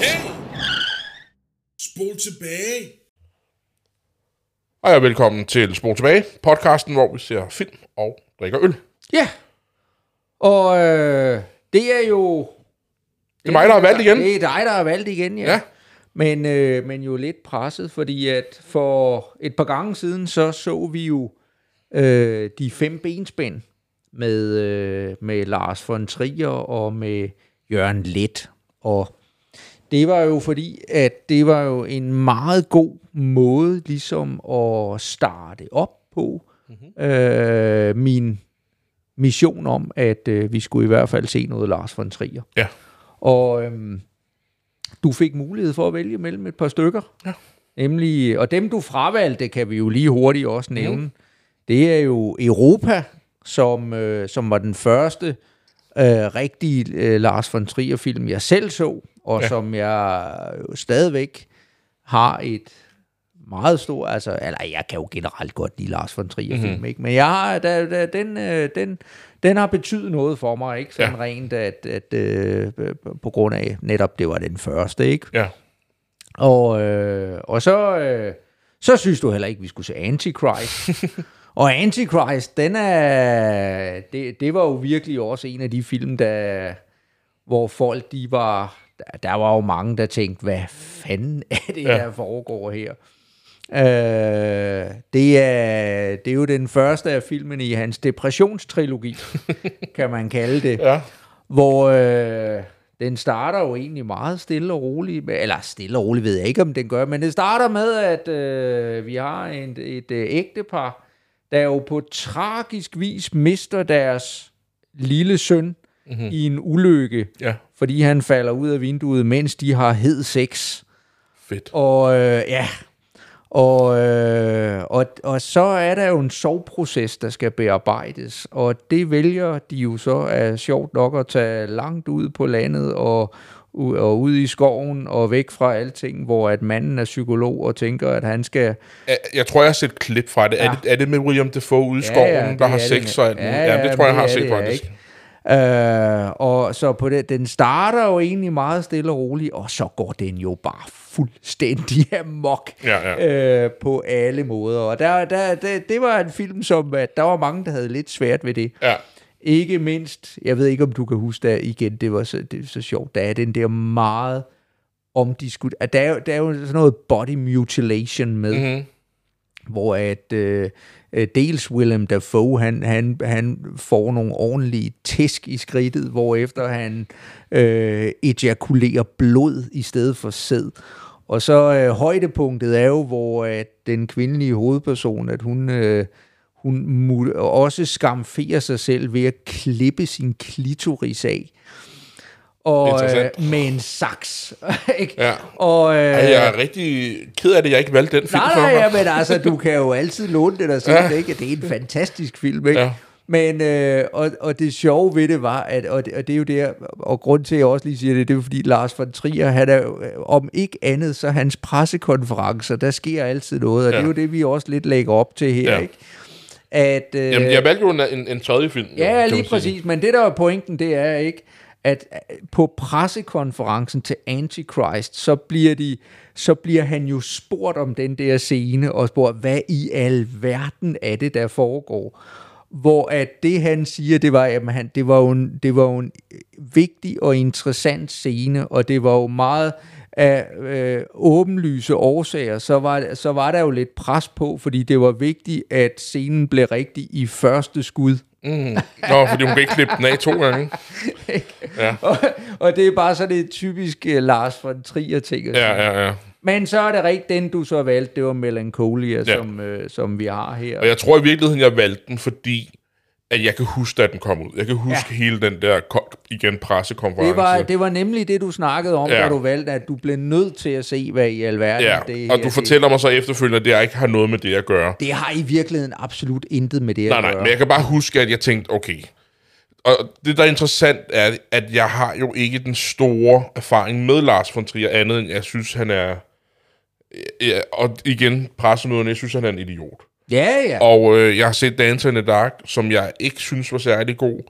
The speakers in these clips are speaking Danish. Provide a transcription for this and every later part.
Hey! Spol tilbage! Hej og velkommen til Spol tilbage, podcasten, hvor vi ser film og drikker øl. Ja, og det er jo... Det er mig, der har valgt igen. Det er dig, der har valgt igen, ja. Men jo lidt presset, fordi at for et par gange siden, så vi jo de 5 benspænd med Lars von Trier og med Jørgen Leth. Og det var jo fordi, at det var jo en meget god måde ligesom at starte op på min mission om, at vi skulle i hvert fald se noget Lars von Trier. Ja. Og du fik mulighed for at vælge mellem et par stykker. Ja. Nemlig, og dem du fravalgte, kan vi jo lige hurtigt også nævne. Det er jo Europa, som var den første rigtige Lars von Trier-film, jeg selv så, og som jeg jo stadigvæk har et meget stort, eller jeg kan jo generelt godt lide Lars von Trier-film, ikke? Men jeg har, den har betydet noget for mig, ikke? Sådan rent, at på grund af netop, det var den første, ikke? Ja. Og så synes du heller ikke, vi skulle se Antichrist. Og Antichrist, det var jo virkelig også en af de film, hvor folk, der var jo mange, der tænkte, hvad fanden er det, der foregår her? Det er jo den første af filmen i hans depressionstrilogi, kan man kalde det. Ja. Hvor den starter jo egentlig meget stille og roligt, eller stille og roligt ved jeg ikke, om den gør, men det starter med, at vi har et ægtepar, der jo på tragisk vis mister deres lille søn i en ulykke, fordi han falder ud af vinduet, mens de har hed sex. Fedt. Og så er der jo en sorgproces, der skal bearbejdes, og det vælger de jo så af sjovt nok at tage langt ud på landet og ud i skoven og væk fra alting, hvor at manden er psykolog og tænker, at han skal... Jeg tror, jeg har set klip fra det. Ja. Er det med William Dafoe ude i skoven, der har sex og alt muligt? Ja, det tror jeg har set faktisk. Og så på det, den starter jo egentlig meget stille og roligt, og så går den jo bare fuldstændig amok på alle måder. Og det var en film, som at der var mange, der havde lidt svært ved det. Ja. Ikke mindst, jeg ved ikke, om du kan huske det igen, det var så sjovt, der er den der meget omdiskuteret. Der er jo sådan noget body mutilation med, hvor at dels Willem Dafoe, han får nogle ordentlige tæsk i skridtet, hvorefter han ejakulerer blod i stedet for sæd. Og så højdepunktet er jo, hvor at den kvindelige hovedperson, at hun også skamferer sig selv ved at klippe sin klitoris af. Og med en saks. Ja. Og, jeg er rigtig ked af det, jeg ikke valgte den film. Nej, men altså, du kan jo altid låne det og sige, ikke? Det er en fantastisk film, ikke? Ja. Men, og det sjove ved det var, at, og det er jo der, og grund til, at jeg også lige siger det, det er fordi Lars von Trier, han er, om ikke andet, så hans pressekonferencer, der sker altid noget, og det er jo det, vi også lidt lægger op til her, ikke? At, jamen, jeg valgte jo en tredje film. Ja, lige præcis, men det der er pointen, det er ikke, at på pressekonferencen til Antichrist, så bliver han jo spurgt om den der scene, og spurgt, hvad i alverden er det, der foregår? Hvor at det, han siger, det var, at det var jo en vigtig og interessant scene, og det var jo meget af åbenlyse årsager, så var der jo lidt pres på, fordi det var vigtigt, at scenen blev rigtig i første skud. Nå, fordi hun kan ikke klippe den af 2 gange. Ja. Og det er bare sådan et typisk Lars von Trier ting. Ja. Men så er det rigtigt, den du så valgte, det var Melancholia, som vi har her. Og jeg tror i virkeligheden, jeg valgte den, fordi at jeg kan huske, at den kom ud. Jeg kan huske hele den der, igen, pressekonference. Det var nemlig det, du snakkede om, da du valgte, at du blev nødt til at se, hvad i alverden det her. Og du fortæller mig så efterfølgende, at det ikke har noget med det at gøre. Det har i virkeligheden absolut intet med det at gøre. Nej, men jeg kan bare huske, at jeg tænkte, okay. Og det, der er interessant, er, at jeg har jo ikke den store erfaring med Lars von Trier, andet end jeg synes, han er... Ja, og igen, pressemøderne, jeg synes, han er en idiot. Ja. Og jeg har set Dancer in the Dark, som jeg ikke synes var særlig god.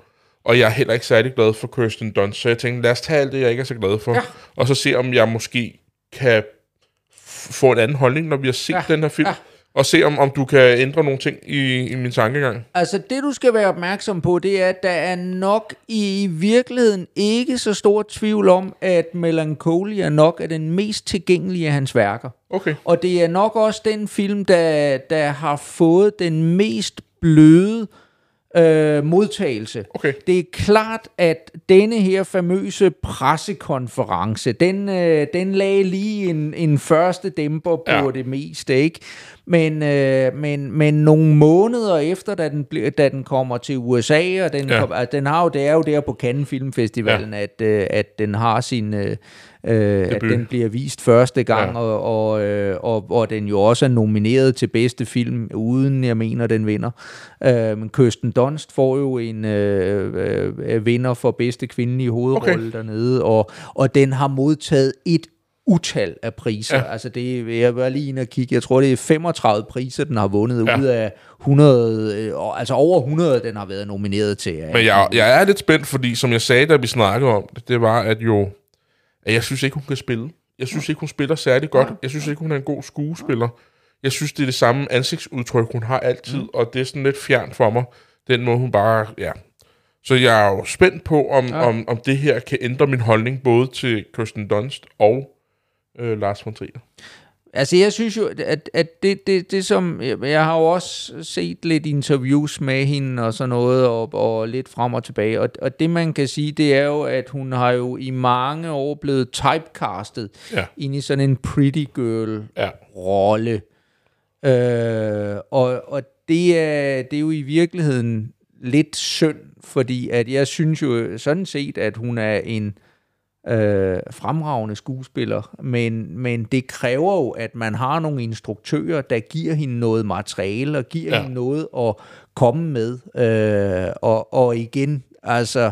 og jeg er heller ikke særlig glad for Kirsten Dunst, så jeg tænkte, lad os tage alt det, jeg ikke er så glad for, og så se, om jeg måske kan få en anden holdning, når vi har set den her film, og se, om du kan ændre nogle ting i min tankegang. Altså, det du skal være opmærksom på, det er, at der er nok i virkeligheden ikke så stor tvivl om, at Melancholia nok er den mest tilgængelige af hans værker. Okay. Og det er nok også den film, der har fået den mest bløde modtagelse. Okay. Det er klart, at denne her famøse pressekonference, den lagde lige en første dæmper på det meste, ikke? Men nogle måneder efter, da den kommer til USA, og den har jo, det er jo der på Cannes Filmfestivalen, at den har sin at den bliver vist første gang, og den jo også er nomineret til bedste film, uden jeg mener, den vinder. Men Kirsten Dunst får jo en vinder for bedste kvindelige hovedrolle dernede, og den har modtaget et utal af priser. Ja. Altså jeg var lige inde og kigge, jeg tror det er 35 priser, den har vundet ud af 100, altså over 100, den har været nomineret til. Men jeg er lidt spændt, fordi som jeg sagde, da vi snakkede om det, det var, at jeg synes ikke, hun kan spille. Jeg synes ikke, hun spiller særlig godt. Jeg synes ikke, hun er en god skuespiller. Jeg synes, det er det samme ansigtsudtryk, hun har altid, og det er sådan lidt fjern for mig. Den måde, hun bare, Så jeg er jo spændt på, om det her kan ændre min holdning, både til Kirsten Dunst og Lars von Trier. Altså, jeg synes jo, at det som... Jeg har jo også set lidt interviews med hende og sådan noget, og lidt frem og tilbage. Og det, man kan sige, det er jo, at hun har jo i mange år blevet typecastet ind i sådan en pretty girl-rolle. Og det er jo i virkeligheden lidt synd, fordi at jeg synes jo sådan set, at hun er en fremragende skuespiller, men det kræver jo, at man har nogle instruktører, der giver hende noget materiale, og giver hende noget at komme med. Og igen, altså,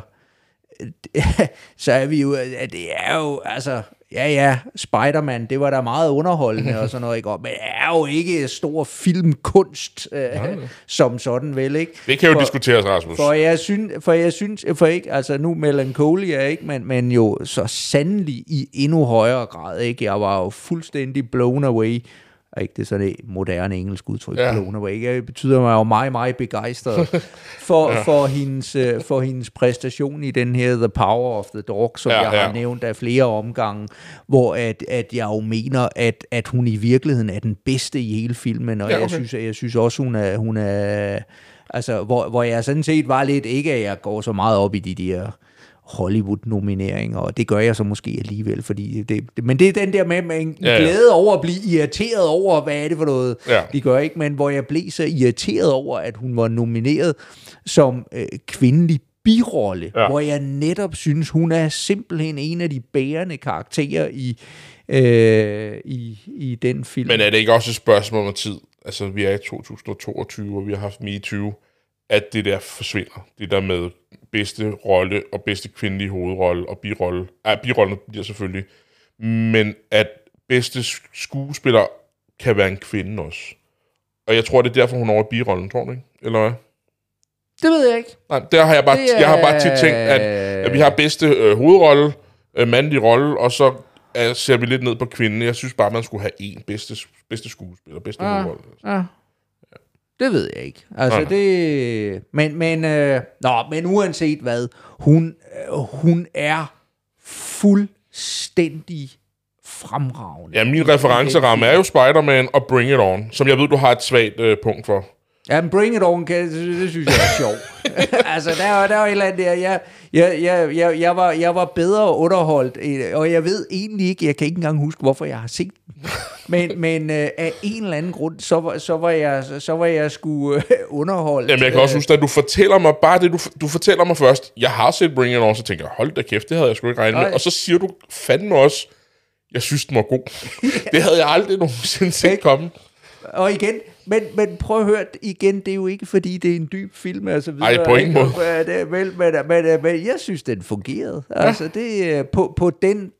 så er vi jo, at det er jo, altså, Spider-Man, det var da meget underholdende og sådan noget, ikke? Men det er jo ikke stor filmkunst som sådan, vel, ikke? Det kan jo diskuteres, Rasmus. For jeg synes, ikke, altså nu Melancholia, ikke? Men jo så sandelig i endnu højere grad, ikke? Jeg var jo fuldstændig blown away. Ikke, det er sådan et moderne engelsk udtryk, blown away. Det betyder mig jo meget, meget begejstret for hendes præstation i den her The Power of the Dog, som jeg har nævnt af flere omgange, hvor at jeg jo mener, at hun i virkeligheden er den bedste i hele filmen, og jeg synes også, hun er altså, hvor jeg sådan set var lidt, ikke at jeg går så meget op i de der Hollywood-nomineringer, og det gør jeg så måske alligevel, fordi men det er den der med en glæde over at blive irriteret over, hvad er det for noget, de gør, ikke? Men hvor jeg blev så irriteret over, at hun var nomineret som kvindelig birolle, hvor jeg netop synes, hun er simpelthen en af de bærende karakterer i den film. Men er det ikke også et spørgsmål om tid? Altså, vi er i 2022, og vi har haft MeToo, at det der forsvinder. Det der med bedste rolle og bedste kvindelige hovedrolle og birolle. Birollen bliver selvfølgelig. Men at bedste skuespiller kan være en kvinde også. Og jeg tror, det er derfor, hun er over birollen, tror du ikke? Eller hvad? Det ved jeg ikke. Nej, der har jeg har bare tit tænkt, at vi har bedste hovedrolle, mandlig rolle, og så ser vi lidt ned på kvinden. Jeg synes bare, man skulle have én bedste skuespiller, bedste hovedrolle. Det ved jeg ikke. Altså det... Men uanset hvad, hun er fuldstændig fremragende. Ja, min referenceramme er jo Spider-Man og Bring It On, som jeg ved, du har et svagt punkt for. Ja, men Bring It On, det synes jeg er sjovt. Altså, der var et eller andet der. Jeg var bedre underholdt, og jeg ved egentlig ikke, jeg kan ikke engang huske, hvorfor jeg har set den. Men af en eller anden grund, så var jeg sgu underholdt. Jamen, jeg kan også huske, at du fortæller mig bare det, du fortæller mig først. Jeg har set Bring It On, så tænker jeg, hold da kæft, det havde jeg sgu ikke regnet med. Og så siger du fandme også, jeg synes, den var god. Det havde jeg aldrig nogensinde set komme. Og igen, men prøv at høre igen, det er jo ikke fordi, det er en dyb film, altså videre. Nej, på ingen måde. Men jeg synes, den fungerede. Altså, det på den,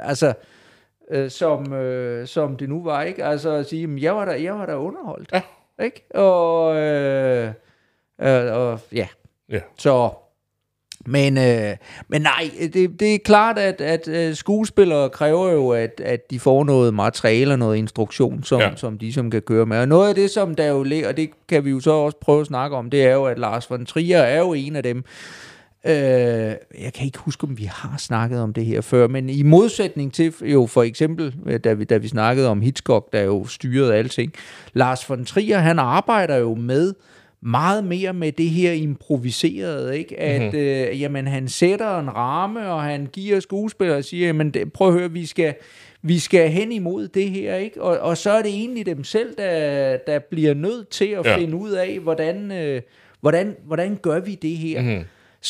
som det nu var, ikke? Altså at sige, jeg var der underholdt. Ja. Ikke? Og ja. Så, Men nej, det er klart, at skuespillere kræver jo, at de får noget materiale og noget instruktion, som de som kan køre med. Og noget af det, som der jo ligger, og det kan vi jo så også prøve at snakke om, det er jo, at Lars von Trier er jo en af dem. Jeg kan ikke huske, om vi har snakket om det her før, men i modsætning til jo for eksempel, da vi snakkede om Hitchcock, der jo styrede alting, Lars von Trier, han arbejder jo med meget mere med det her improviserede, ikke? At jamen, han sætter en ramme, og han giver skuespillere og siger, jamen, prøv at høre, vi skal hen imod det her, ikke? Og så er det egentlig dem selv, der bliver nødt til at finde ud af, hvordan gør vi det her? Mm-hmm.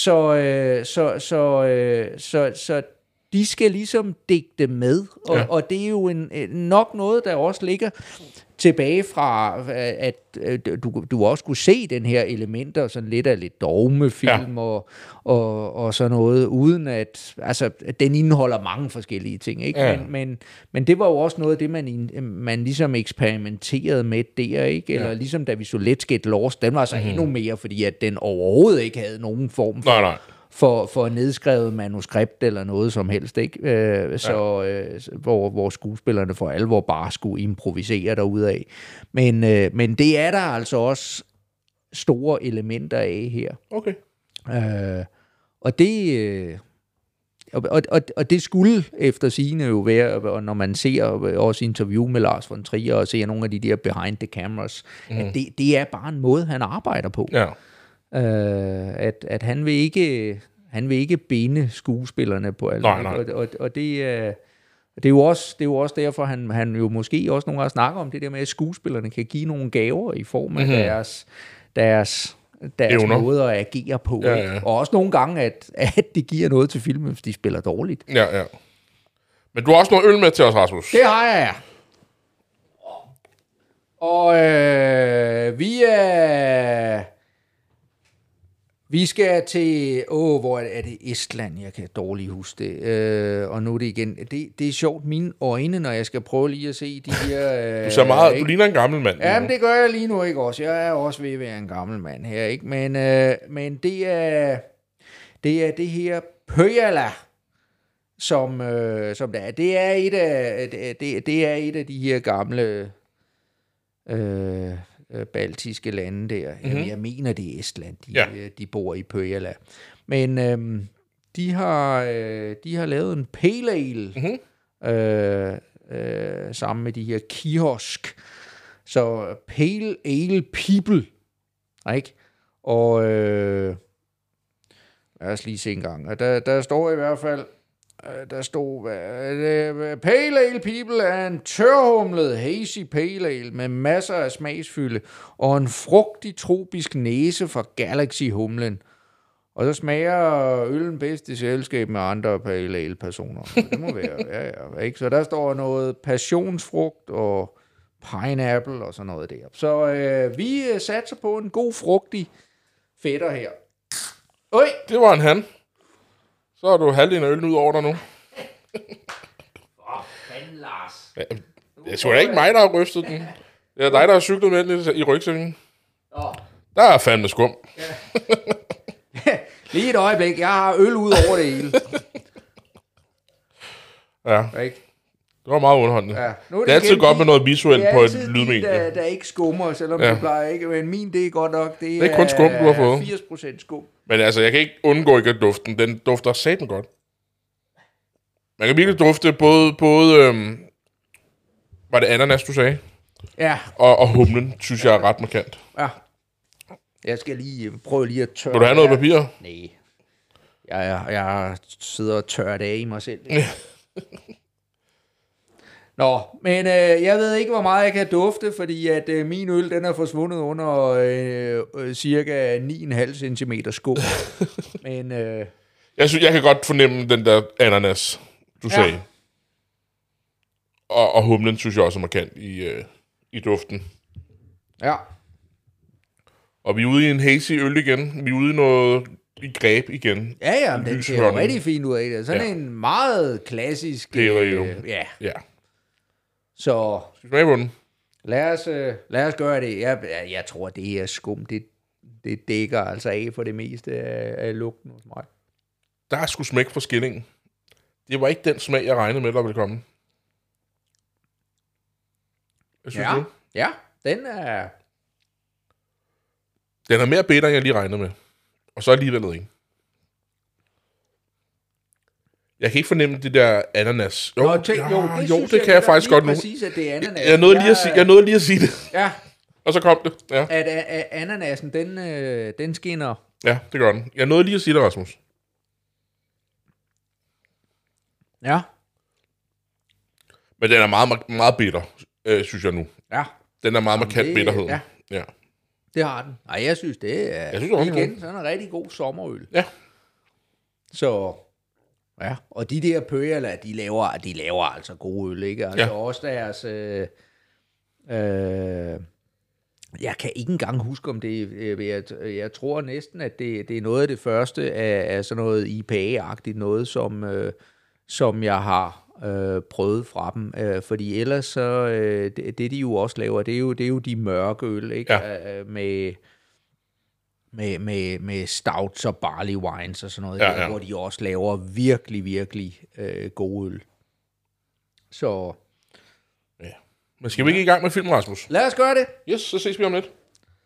Så de skal ligesom digte med, og det er jo nok noget, der også ligger tilbage fra, at du også kunne se den her elementer, sådan lidt af lidt dogmefilm og sådan noget, uden at, altså, den indeholder mange forskellige ting, ikke? Ja. Men det var jo også noget af det, man ligesom eksperimenterede med der, ikke? Eller ligesom da vi så Let's Get Lost, den var så endnu mere, fordi at den overhovedet ikke havde nogen form for nedskrevet manuskript eller noget som helst, ikke? Hvor skuespillerne for alvor bare skulle improvisere derudaf. Men det er der altså også store elementer af her. Okay. Og det skulle efter sigende jo være, når man ser også interview med Lars von Trier og ser nogle af de der behind the cameras, at det er bare en måde, han arbejder på. Ja. At han vil ikke binde skuespillerne på alt. Og det er jo også derfor han jo måske også nogle gange snakker om det der med, at skuespillerne kan give nogle gaver i form af deres måde at agere på. Ja. Og også nogle gange at de giver noget til filmen, hvis de spiller dårligt. Ja. Men du har også noget øl med til os, Rasmus. Det har jeg, ja. Og vi skal til, hvor er det Estland, jeg kan dårligt huske det, og nu er det igen, det er sjovt, mine øjne, når jeg skal prøve lige at se de her... du ser meget, du ligner en gammel mand. Jamen, det gør jeg lige nu, ikke også, jeg er også ved at være en gammel mand her, ikke, men det er det her Pøjala, som det er, det er et af de her gamle... baltiske lande der. Jeg mener, det er Estland, de bor i Pøjala. Men de har lavet en pale ale sammen med de her kiosk. Så pale ale people. Ikke? Og lad os lige se en gang. Og der står i hvert fald, Pale Ale People er en tørhumlet hazy pale ale med masser af smagsfylde og en frugtig tropisk næse fra Galaxy-humlen. Og så smager øllen bedst i selskab med andre pale ale personer. Det må være, ikke? Så der står noget passionsfrugt og pineapple og sådan noget der. Så vi satser på en god frugtig fætter her. Oj! Det var en han. Så har du halvdelen af øllen ud over dig nu. Fanden, Lars. Ja, det er sgu da ikke mig, der har rystet den. Det er dig, der har cyklet med den i rygsækken. Der er fandme skum. Ja. Lige et øjeblik. Jeg har øl ud over det hele. Ja. Ikke? Det var meget underholdende. Ja. Det er altid godt med noget visuelt på et lydmedie. Der ikke skummer, selvom det plejer ikke. Men min, det er godt nok. Det er kun skum, du har fået. 80% skum. Men altså, jeg kan ikke undgå ikke at duften. Den dufter satan godt. Man kan virkelig dufte både var det ananas, du sagde? Ja. Og humlen, synes jeg er ret markant. Ja. Jeg skal prøve lige at tørre. Vil du have noget papir? Nej. Jeg sidder og tørrer det af i mig selv. Nå, men jeg ved ikke, hvor meget jeg kan dufte, fordi at min øl, den er forsvundet under cirka 9,5 cm skum. Men jeg kan godt fornemme den der ananas, du sagde. Og humlen synes jeg også er markant i duften. Ja. Og vi er ude i en hazy øl igen. Vi er ude i noget i greb igen. Ja, den ser jo rigtig fint ud af det. Sådan en meget klassisk... Ja. Så skal vi smage på den? Lad os gøre det. Jeg tror, det er skum. Det dækker altså af for det meste af lugten hos mig. der er sgu smæk for skillingen. Det var ikke den smag, jeg regnede med, der ville komme. Jeg synes det. Ja, den er... Den er mere bitter, end jeg lige regnede med. Og så alligevel ikke. Jeg kan ikke fornemme det der ananas. Jo, det kan jeg faktisk godt nu. Præcis, at det er ananas. Jeg nåede lige at sige det. Ja. Og så kom det. Ja. At ananasen, den skinner. Ja, det gør den. Jeg nåede lige at sige det, Rasmus. Ja. Men den er meget, meget bitter, synes jeg nu. Ja. Den er meget markant bitterhed. Ja. Det har den. Ej, jeg synes, det er igen sådan en rigtig god sommerøl. Ja. Så, ja. Og de der Pøjala, de laver altså gode øl, ikke? Altså også deres... jeg kan ikke engang huske, om det... Jeg tror næsten, at det er noget af det første af sådan noget IPA-agtigt noget, som jeg har prøvet fra dem. Fordi ellers så... det de jo også laver, det er jo de mørke øl, ikke? Ja. Med stouts og barley wines og sådan noget, der, hvor de også laver virkelig, virkelig gode øl. Så... Ja. Men skal vi ikke i gang med filmen, Rasmus? Lad os gøre det. Yes, så ses vi om lidt.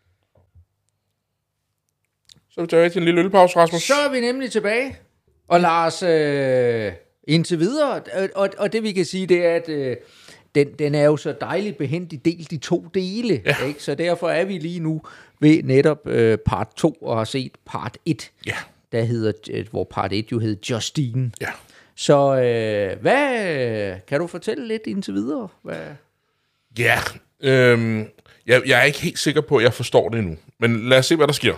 Så vi tager til en lille ølpause, Rasmus. Så er vi nemlig tilbage. Og Lars, indtil videre, og det vi kan sige, det er, at den er jo så dejligt behændigt delt i 2 dele. Ja. Ikke? Så derfor er vi lige nu ved netop part 2 og har set part 1. Ja. Der hedder, hvor part 1 jo hed Justine. Ja. Så hvad kan du fortælle lidt indtil videre? Ja, jeg er ikke helt sikker på, at jeg forstår det endnu. Men lad os se, hvad der sker.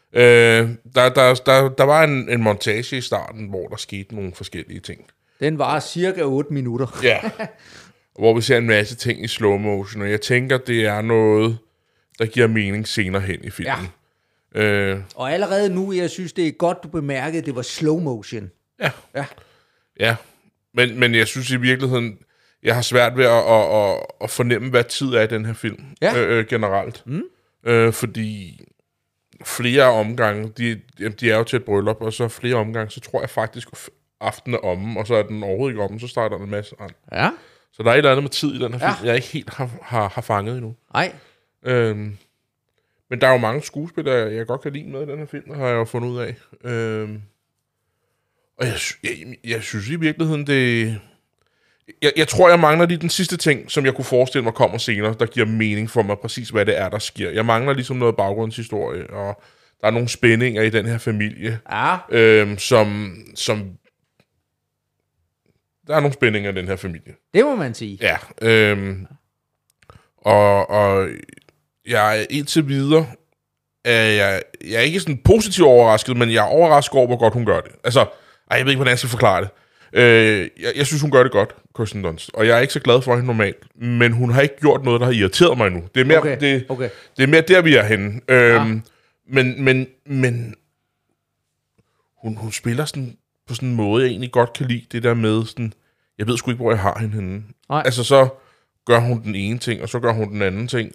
Der var en montage i starten, hvor der skete nogle forskellige ting. Den var cirka 8 minutter. Ja, hvor vi ser en masse ting i slow motion, og jeg tænker, det er noget, der giver mening senere hen i filmen. Ja. Og allerede nu, jeg synes, det er godt, du bemærkede, det var slow motion. Ja. Men jeg synes i virkeligheden, jeg har svært ved at fornemme, hvad tid er i den her film generelt. Fordi flere omgange, de er jo til et bryllup, og så flere omgange, så tror jeg faktisk, aftenen er omme, og så er den overhovedet ikke omme, så starter der en masse andet. Ja. Så der er et eller andet med tid i den her film, jeg ikke helt har fanget endnu. Nej. Men der er jo mange skuespillere, jeg godt kan lide med i den her film, har jeg jo fundet ud af. Og jeg synes i virkeligheden, det... Jeg tror, jeg mangler lige den sidste ting, som jeg kunne forestille mig kommer senere, der giver mening for mig præcis, hvad det er, der sker. Jeg mangler ligesom noget baggrundshistorie, og der er nogle spændinger i den her familie, som der er nogle spændinger i den her familie. Det må man sige. Ja. Og jeg er indtil videre, jeg er ikke sådan positivt overrasket, men jeg er overrasket over, hvor godt hun gør det. Altså, jeg ved ikke, hvordan jeg skal forklare det. Jeg synes, hun gør det godt, Kirsten Dunst. Og jeg er ikke så glad for hende normalt. Men hun har ikke gjort noget, der har irriteret mig endnu. Det er mere, det er mere der, vi er henne. Men hun spiller sådan på sådan en måde, jeg egentlig godt kan lide. Det der med sådan, jeg ved sgu ikke, hvor jeg har hende henne. Nej. Altså, så gør hun den ene ting, og så gør hun den anden ting.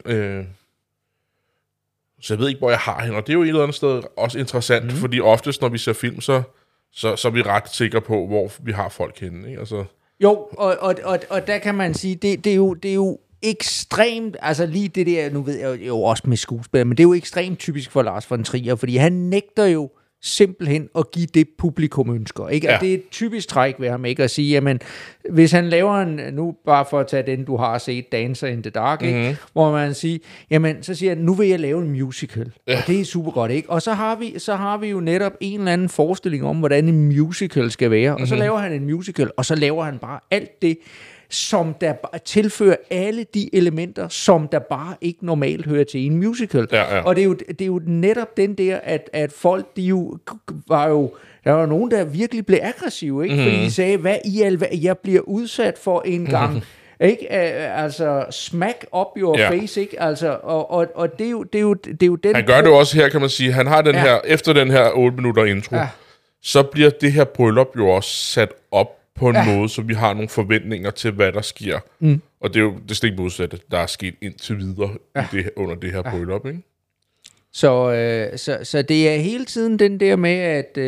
Så jeg ved ikke, hvor jeg har hende. Og det er jo et eller andet sted også interessant, fordi oftest, når vi ser film, så er vi ret sikre på, hvor vi har folk henne, ikke? Altså... Jo, og der kan man sige, det er jo ekstremt, altså lige det der, nu ved jeg jo også med skuespiller, men det er jo ekstremt typisk for Lars von Trier, fordi han nægter jo simpelthen at give det publikum ønsker, ikke? Ja. Og det er et typisk træk ved ham, ikke? At sige, jamen, hvis han laver en, nu bare for at tage den, du har set, Dancer in the Dark, ikke? Hvor man siger, jamen, så siger han, nu vil jeg lave en musical, og det er super godt, ikke? Og så har vi jo netop en eller anden forestilling om, hvordan en musical skal være, og så laver han en musical, og så laver han bare alt det, som der tilfører alle de elementer, som der bare ikke normalt hører til i en musical. Ja. Og det er jo netop den der, at folk, der var nogen, der virkelig blev aggressive, ikke? Fordi de sagde, hvad jeg bliver udsat for en gang. Ikke? Altså, smack up your face, ikke? Altså, og det er jo den... Han gør det også her, kan man sige. Han har den her, efter den her 8 minutter intro, så bliver det her bryllup jo også sat op på en måde, så vi har nogle forventninger til, hvad der sker. Og det er jo det stik modsatte, der er sket indtil videre under det her bryllup, ikke? Så det er hele tiden den der med,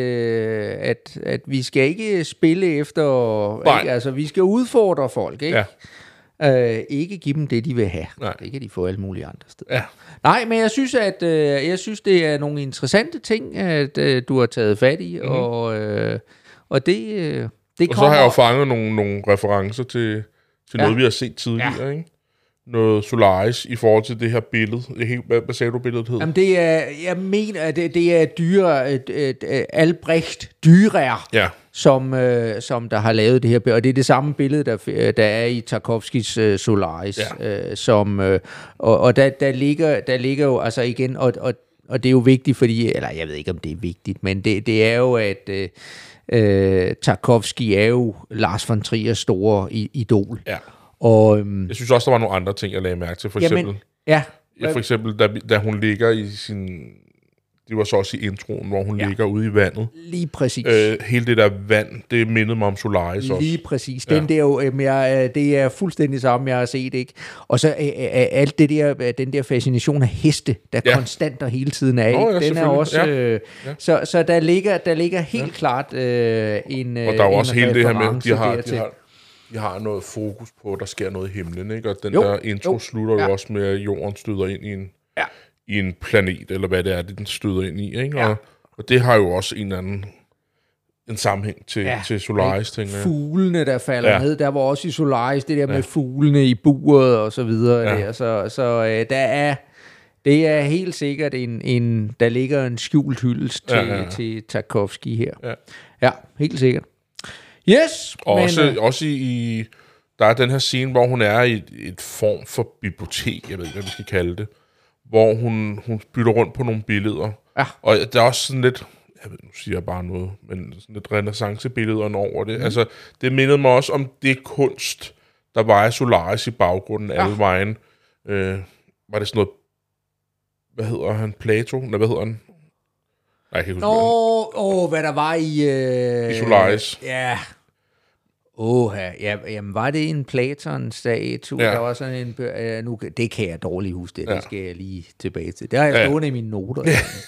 at vi skal ikke spille efter... Ikke? Altså, vi skal udfordre folk, ikke? Ja. Ikke give dem det, de vil have. Nej. Det kan de få alle mulige andre steder. Ja. Nej, men jeg synes, det er nogle interessante ting, at du har taget fat i, og det og så har jeg jo fanget nogle referencer til noget, vi har set tidligere, ikke? Noget Solaris i forhold til det her billede. Hvad sagde du, billedet hed? Jamen, jeg mener, at det er Albrecht Dürer, som der har lavet det her billede. Og det er det samme billede, der er i Tarkovskis Solaris. Ja. Og der ligger jo, altså igen, og det er jo vigtigt, fordi, eller jeg ved ikke, om det er vigtigt, men det er jo, at Tarkovsky er jo Lars von Triers store idol. Ja. Og, jeg synes også, der var nogle andre ting, jeg lagde mærke til. For eksempel, for eksempel da hun ligger i sin... Det var så også i introen, hvor hun ligger ude i vandet. Lige præcis. Hele det der vand, det mindede mig om Solaris også. Lige præcis. Den der jo, det er fuldstændig samme, jeg har set, ikke? Og så alt det der, den der fascination af heste, der konstant og hele tiden er, ikke? Den er også... Så der ligger helt klart en og der er også hele det her med, de har noget fokus på, at der sker noget i himlen, ikke? Og den der intro slutter jo også med, at jorden støder ind i en planet, eller hvad det er, den støder ind i, ikke? Ja. Og det har jo også en eller anden sammenhæng til Solaris, tænker jeg. Fuglene, der falder ned, der var også i Solaris, det der med fuglene i buret og så videre. Ja. Så det er helt sikkert der ligger en skjult hyldest til Tarkovsky her. Ja, helt sikkert. Yes! Og også i... Der er den her scene, hvor hun er i et form for bibliotek, jeg ved ikke, hvad vi skal kalde det, hvor hun bytter rundt på nogle billeder. Ja. Og der er også sådan lidt... nu siger jeg bare noget, men sådan lidt renaissancebilleder over det. Altså, det mindede mig også om det kunst, der var i Solaris i baggrunden alle vejen. Var det sådan noget... Hvad hedder han? Plato? Nej, hvad hedder han? Nej, jeg kan ikke huske, hvad der var i Solaris. Ja. Jamen var det en Platon-statue? Der var sådan en... det kan jeg dårligt huske, det skal jeg lige tilbage til. Det har jeg stående i mine noter.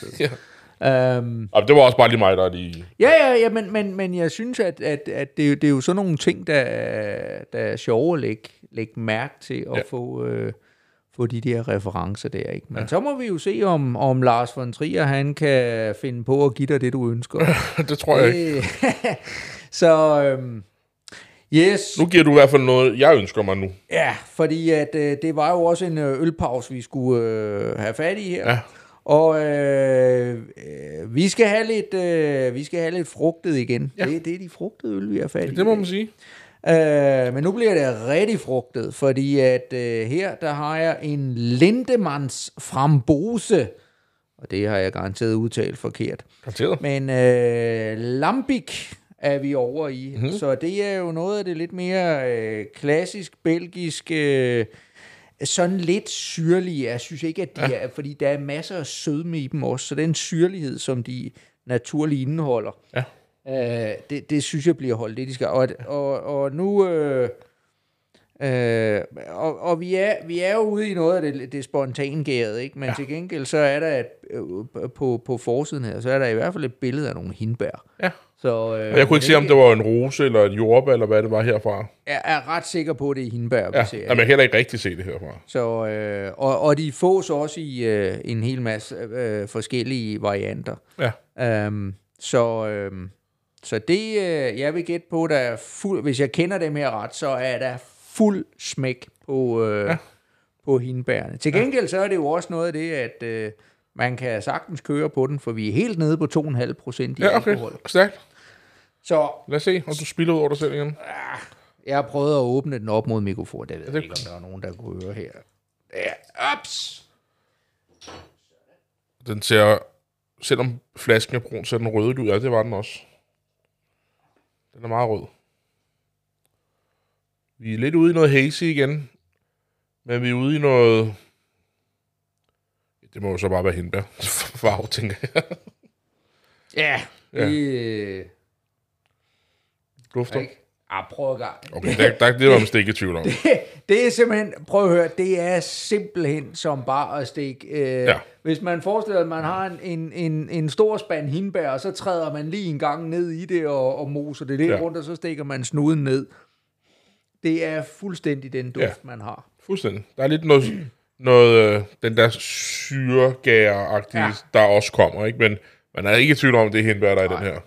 Det var også bare lige mig, der er lige... Ja, men jeg synes, at det er jo sådan nogle ting, der er sjove at lægge mærke til at få de der referencer der, ikke? Men så må vi jo se, om Lars von Trier, han kan finde på at give dig det, du ønsker. Det tror jeg ikke. Så... Yes. Nu giver du i hvert fald noget, jeg ønsker mig nu. Ja, fordi at, det var jo også en ølpause, vi skulle have fat i her. Ja. Og vi skal have lidt frugtet igen. Ja. Det er de frugtede øl, vi har fat i. Det må man sige. Men nu bliver det rigtig frugtet, fordi at her, der har jeg en Lindemanns Frambose. Og det har jeg garanteret udtalt forkert. Garanteret. Men Lambic er vi over i. Mm-hmm. Så det er jo noget af det lidt mere klassisk, belgisk, sådan lidt syrlige. Jeg synes ikke, at de er, fordi der er masser af sødme i dem også, så den syrlighed, som de naturligt indeholder, det synes jeg bliver holdt lidt i skær. Og nu... og vi er jo ude i noget af det spontangærede, ikke? Men til gengæld så er der på forsiden her, så er der i hvert fald et billede af nogle hindbær. Ja. Så, jeg kunne ikke se, om det var en rose eller et jordbær, eller hvad det var herfra. Jeg er ret sikker på, at det er hindbær, vi ser. Jamen, jeg kan heller ikke rigtig se det herfra. Så, og de fås også i en hel masse forskellige varianter. Ja. Så det, jeg vil gætte på, der er fuld, hvis jeg kender dem her ret, så er der fuld smæk på hindbærene. Til gengæld så er det jo også noget af det, at man kan sagtens køre på den, for vi er helt nede på 2,5% i alkohol. Stærkt. Så lad os se, om du spiller ud over dig selv igen. Jeg har prøvet at åbne den op mod mikrofonen. Det ved jeg ikke, om der er nogen, der kunne høre her. Ups! Den ser, selvom flasken er brun, ser den rød ud. Ja, det var den også. Den er meget rød. Vi er lidt ude i noget hazy igen. Men vi er ude i noget... Det må jo så bare være hindbær. Farve, tænker jeg. Ja. Dufter. Prøv at gang. Okay, det var man slet ikke i tvivl om. Det er simpelthen, prøv at høre, det er simpelthen som bare at stikke. Hvis man forestiller, at man har en stor spand hindbær, og så træder man lige en gang ned i det og moser det lidt rundt, og så stikker man snuden ned. Det er fuldstændig den duft, man har. Fuldstændig. Der er lidt noget den der syregære-agtige, der også kommer, ikke? Men man er ikke i tvivl om, det er hindbær, der er i den her.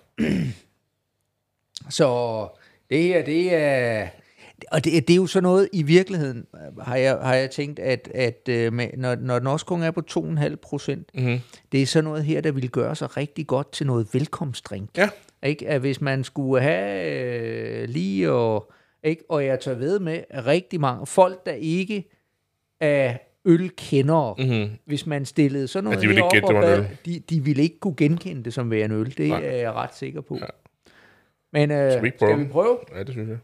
Så det her, det er... Og det er jo sådan noget, i virkeligheden, har jeg tænkt, at når norskung er på 2,5%, det er sådan noget her, der ville gøre sig rigtig godt til noget velkomstdrink. Ja. Ikke? At hvis man skulle have lige og jeg tør ved med, at rigtig mange folk, der ikke er ølkendere, hvis man stillede sådan noget her op og bad, de ville ikke kunne genkende det som værende øl. Det er jeg ret sikker på. Ja. Men skal vi prøve? Ja, det synes jeg.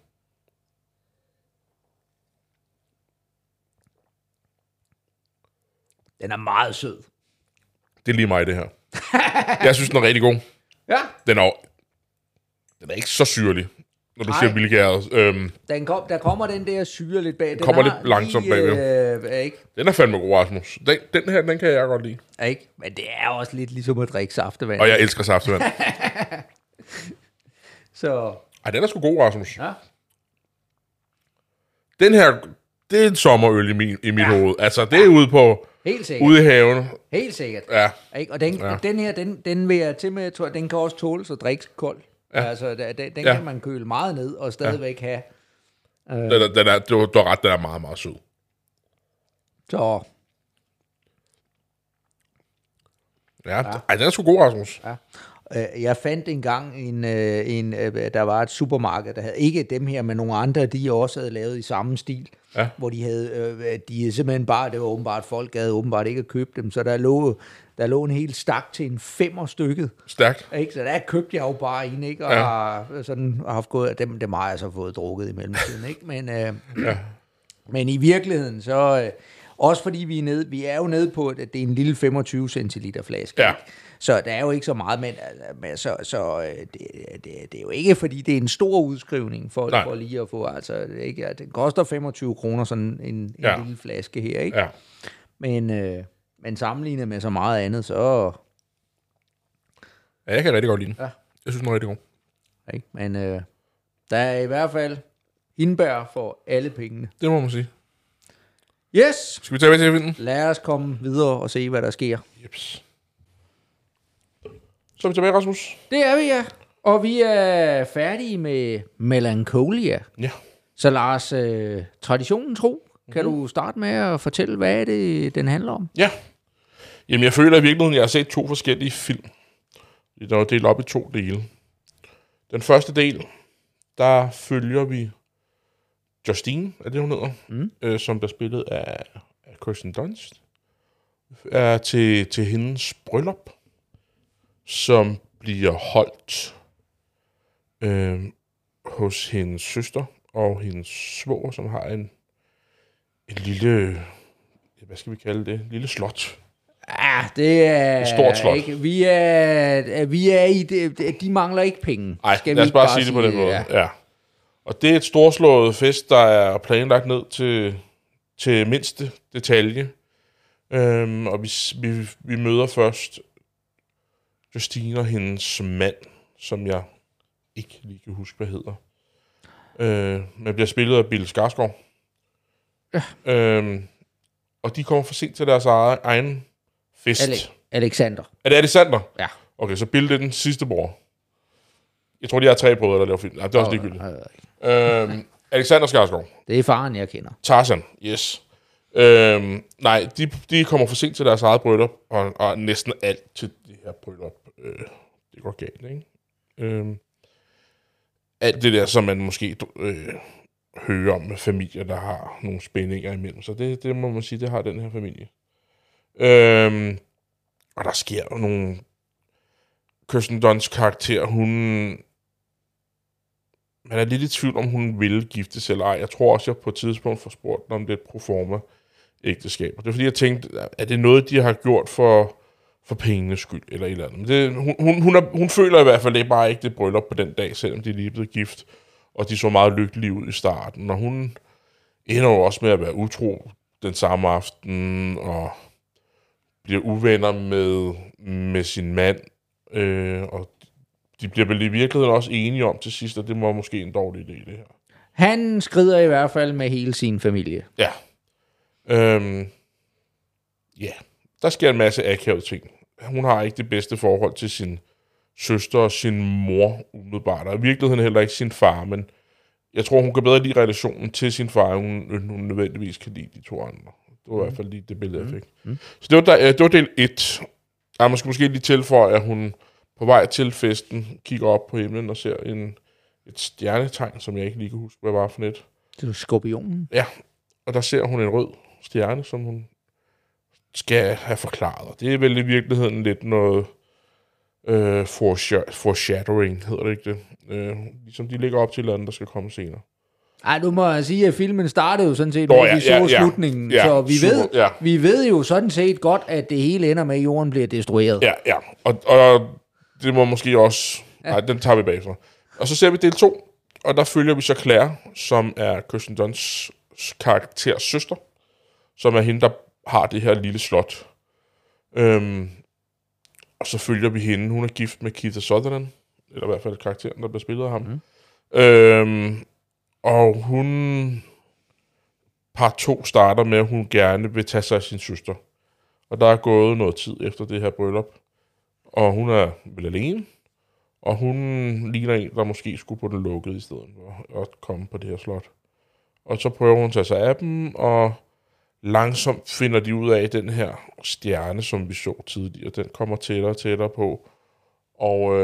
Den er meget sød. Det er lige mig, det her. Jeg synes, den er rigtig god. Ja. Den er ikke så syrlig, når du siger billigæret. Der kommer den der syre lidt bag. Den kommer lidt langsomt bagved. Ikke? Den er fandme god, Rasmus. Den her, den kan jeg godt lide. Ikke? Men det er også lidt ligesom at drikke saftevand. Og jeg elsker saftevand. Så... Ej, den er sgu god, Rasmus. Ja. Den her, det er en sommerøl i mit hoved. Altså, det er ude på... Helt sikkert. Ude i haven. Helt sikkert. Ja. Ikke? Og den her, den vil jeg til med, den kan også tåle så drikke kold. Ja. Altså, den kan man køle meget ned og stadigvæk have. Du har ret, den er meget, meget sød. Så. Ja, ej, den er sgu god, Rasmus. Ja. Jeg fandt engang der var et supermarked, der havde ikke dem her, men nogle andre, de også havde lavet i samme stil, hvor de havde, simpelthen bare, det var åbenbart, folk havde åbenbart ikke at købe dem, så der lå en hel stak til en 5'er stykket. Stærkt. Ikke? Så der købte jeg jo bare en, ikke? Og har haft gået, dem har jeg så fået drukket i mellemtiden, ikke? Men i virkeligheden, så, også fordi vi er jo nede på, at det er en lille 25 centiliter flaske, ikke? Så der er jo ikke så meget, men det er jo ikke, fordi det er en stor udskrivning for lige at få, altså ikke, det koster 25 kroner sådan en lille flaske her, ikke? Ja. Men sammenlignet med så meget andet, så... Ja, jeg kan rigtig godt lide den. Ja. Jeg synes, den er rigtig god. Ikke? Men der er i hvert fald hindbær for alle pengene. Det må man sige. Yes! Skal vi tage med til vinden? Lad os komme videre og se, hvad der sker. Jeps. Så er vi tilbage, Rasmus. Det er vi, ja. Og vi er færdige med Melancholia. Ja. Så Lars, traditionen tro, kan du starte med at fortælle, hvad er det, den handler om? Ja. Jamen, jeg føler i virkeligheden, at jeg har set 2 forskellige film. Der var delt op i 2 dele. Den første del, der følger vi Justine, er det hun hedder, som bliver spillet af Kirsten Dunst, er til hendes bryllup, som bliver holdt hos hendes søster og hendes svoger, som har en lille, hvad skal vi kalde det, lille slot. Ja, det er... Et stort slot. Ikke, vi er i det, de mangler ikke penge. Nej, lad os bare sige det på den måde. Ja. Og det er et storslået fest, der er planlagt ned til mindste detalje. Og vi møder først Justine og hendes mand, som jeg ikke lige kan huske, hvad hedder. Men bliver spillet af Bill Skarsgård. Ja. Og de kommer for sent til deres egen fest. Alexander. Er det Alexander? Ja. Okay, så Bill, det er den sidste bror. Jeg tror, de har 3 brødre, der laver film. Nej, det er også ligegyldigt. Alexander Skarsgård. Det er faren, jeg kender. Tarzan, yes. Nej, de kommer for sent til deres eget bryllup, og næsten alt til det her bryllup, det går galt, ikke? Alt det der, som man måske hører om med familier, der har nogle spændinger imellem. Så det må man sige, det har den her familie. Og der sker jo nogle... Kirsten Dunsts karakter, man er lidt i tvivl, om hun ville giftes eller ej. Jeg tror også, jeg på et tidspunkt får spurgt om det er et proforma ægteskab. Og det er fordi, jeg tænkte, er det noget, de har gjort for pengenes skyld, eller et eller andet. Men hun føler i hvert fald, det er bare ikke det bryllup på den dag, selvom de lige er blevet gift, og de så meget lykkelige ud i starten. Og hun ender jo også med at være utro den samme aften, og bliver uvenner med sin mand, og de bliver vel i virkeligheden også enige om til sidst, at det var måske en dårlig idé, det her. Han skrider i hvert fald med hele sin familie. Ja. Ja, der sker en masse akavede ting. Hun har ikke det bedste forhold til sin søster og sin mor umiddelbart, og i virkeligheden heller ikke sin far, men jeg tror, hun kan bedre lide relationen til sin far, hun nødvendigvis kan lide de to andre. Det var i hvert fald lige det billede, jeg fik. Så det var del 1. Man skal måske lige tilføje, at hun på vej til festen kigger op på himlen og ser et stjernetegn, som jeg ikke lige kan huske, hvad var for net. Det er skorpionen. Ja, og der ser hun en rød stjerne, som hun skal have forklaret. Det er vel i virkeligheden lidt noget foreshadowing, hedder det ikke det? Ligesom de ligger op til et eller andet, der skal komme senere. Ej, nu må jeg sige, at filmen startede jo sådan set, når vi så slutningen. Ja, så vi ved jo sådan set godt, at det hele ender med, at jorden bliver destrueret. Ja. Og det må måske også... Ja. Nej, den tager vi bagfra. Og så ser vi del 2, og der følger vi så Claire, som er Kirsten Dunsts karakters søster, som er hende, der har det her lille slot. Og så følger vi hende. Hun er gift med Keith Sutherland, eller i hvert fald karakteren, der bliver spillet af ham. Og hun... Part 2 starter med, at hun gerne vil tage sig af sin søster. Og der er gået noget tid efter det her bryllup. Og hun er vel alene. Og hun ligner en, der måske skulle på den lukkede i stedet for at komme på det her slot. Og så prøver hun at tage sig af dem, og langsomt finder de ud af, at den her stjerne, som vi så tidligere, den kommer tættere og tættere på. Og...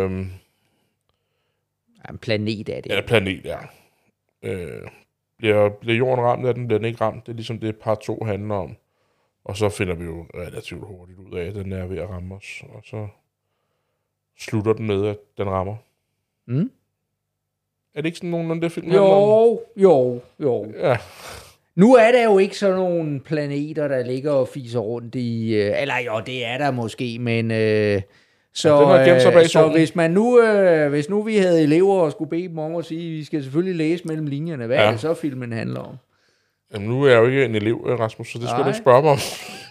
en planet er det. Ja, planet, ja. Bliver jorden ramt af den? Bliver den ikke ramt? Det er ligesom det, part 2 handler om. Og så finder vi jo relativt hurtigt ud af, at den er ved at ramme os. Og så slutter den med, at den rammer. Er det ikke sådan nogenlunde det film? Jo. Ja. Nu er der jo ikke sådan nogle planeter, der ligger og fiser rundt i... eller jo, det er der måske, men... Så hvis nu vi havde elever og skulle bede dem om at sige, vi skal selvfølgelig læse mellem linjerne, hvad er det så filmen handler om? Jamen nu er jeg jo ikke en elev, Rasmus, så det skal du ikke spørge mig om.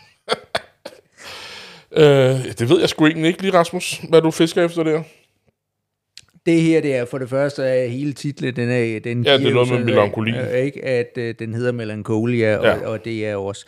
Det ved jeg sgu egentlig ikke lige, Rasmus, hvad du fisker efter der. Det her, det er for det første hele titlen, den det er noget med melankoli. Ikke, at den hedder Melancholia, og det er også...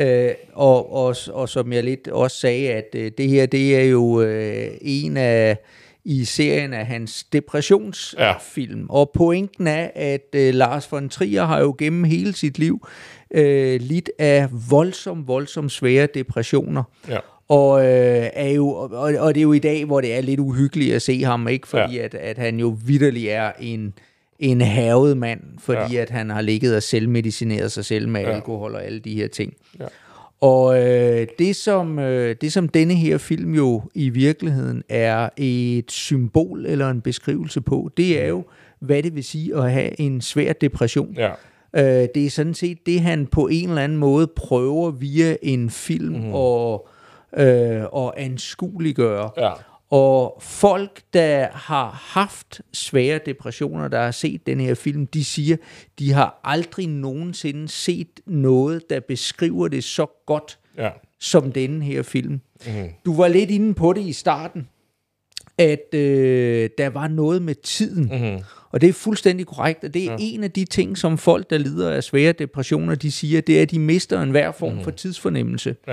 og som jeg lidt også sagde, at det her, det er jo en af i serien af hans depressionsfilm. Og pointen er, at Lars von Trier har jo gennem hele sit liv lidt af voldsomt svære depressioner. Ja. Og det er jo i dag, hvor det er lidt uhyggeligt at se ham, ikke? Fordi at han jo vitterlig er en hærget mand, fordi at han har ligget og selvmedicineret sig selv med alkohol og alle de her ting. Ja. Og det som denne her film jo i virkeligheden er et symbol eller en beskrivelse på, det er jo, hvad det vil sige at have en svær depression. Ja. Det er sådan set det, han på en eller anden måde prøver via en film og anskueliggøre. Ja. Og folk, der har haft svære depressioner, der har set den her film, de siger, de har aldrig nogensinde set noget, der beskriver det så godt, som denne her film. Du var lidt inde på det i starten, at der var noget med tiden. Og det er fuldstændig korrekt, og det er en af de ting, som folk, der lider af svære depressioner, de siger, det er, at de mister enhver form for tidsfornemmelse. Ja.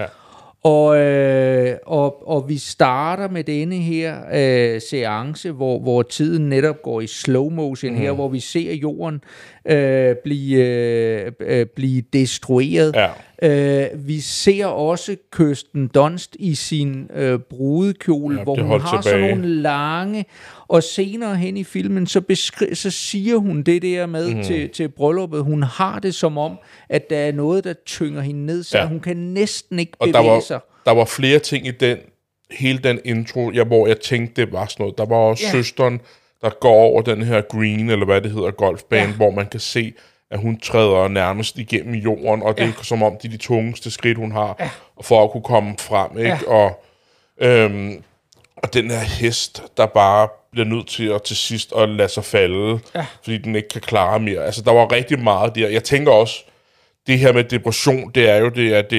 Og vi starter med denne her seance, hvor tiden netop går i slow motion her, hvor vi ser jorden blive destrueret. Ja. Vi ser også Kirsten Dunst i sin brudekjole, hvor hun har sådan nogle lange, og senere hen i filmen, så siger hun det der med til brylluppet. Hun har det som om, at der er noget, der tynger hende ned, så hun kan næsten ikke bevæge sig. Der var flere ting i hele den intro, hvor jeg tænkte, det var sådan noget. Der var også søsteren, der går over den her green, eller hvad det hedder, golfbane, hvor man kan se, at hun træder nærmest igennem jorden, og det er som om, det er de tungeste skridt, hun har, for at kunne komme frem, ikke? Ja. Og den her hest, der bare bliver nødt til sidst at lade sig falde, fordi den ikke kan klare mere. Altså, der var rigtig meget der. Jeg tænker også, det her med depression, det er jo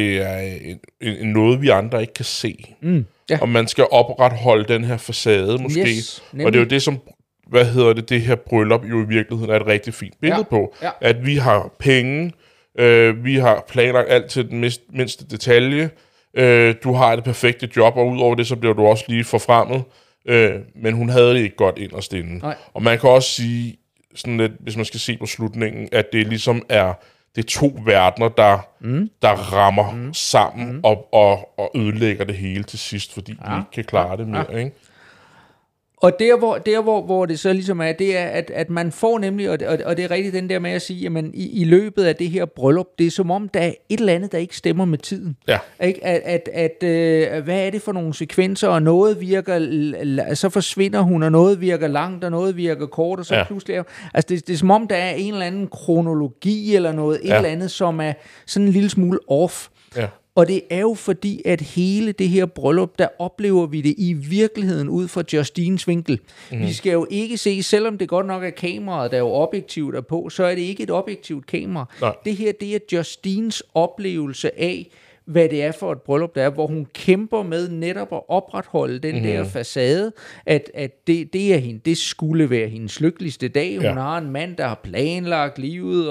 en noget, vi andre ikke kan se. Ja. Og man skal opretholde den her facade, måske. Yes, og det er jo det, som, det her bryllup jo i virkeligheden er et rigtig fint billede på. Ja. At vi har penge, vi har planlagt alt til den mindste detalje, du har det perfekte job, og udover det, så bliver du også lige forfremmet. Men hun havde det ikke godt inderst inde. Og man kan også sige, sådan lidt, hvis man skal se på slutningen, at det ligesom er to verdener, der rammer sammen og ødelægger det hele til sidst, fordi vi ikke kan klare det mere, ikke? Og der hvor det så ligesom er, det er, at man får nemlig, og det er rigtigt den der med at sige, jamen i løbet af det her bryllup, det er som om, der er et eller andet, der ikke stemmer med tiden. Ja. Ikke? Hvad er det for nogle sekvenser, og noget virker, så forsvinder hun, og noget virker langt, og noget virker kort, og så pludselig, altså det er som om, der er en eller anden kronologi, eller noget, et eller andet, som er sådan en lille smule off. Ja. Og det er jo fordi, at hele det her bryllup, der oplever vi det i virkeligheden ud fra Justines vinkel. Vi skal jo ikke se, selvom det godt nok er kameraet, der er jo objektivt er på, så er det ikke et objektivt kamera. Nej. Det her, det er Justines oplevelse af, hvad det er for et bryllup, der er, hvor hun kæmper med netop at opretholde den der facade, at det er hende, det skulle være hendes lykkeligste dag. Hun har en mand, der har planlagt livet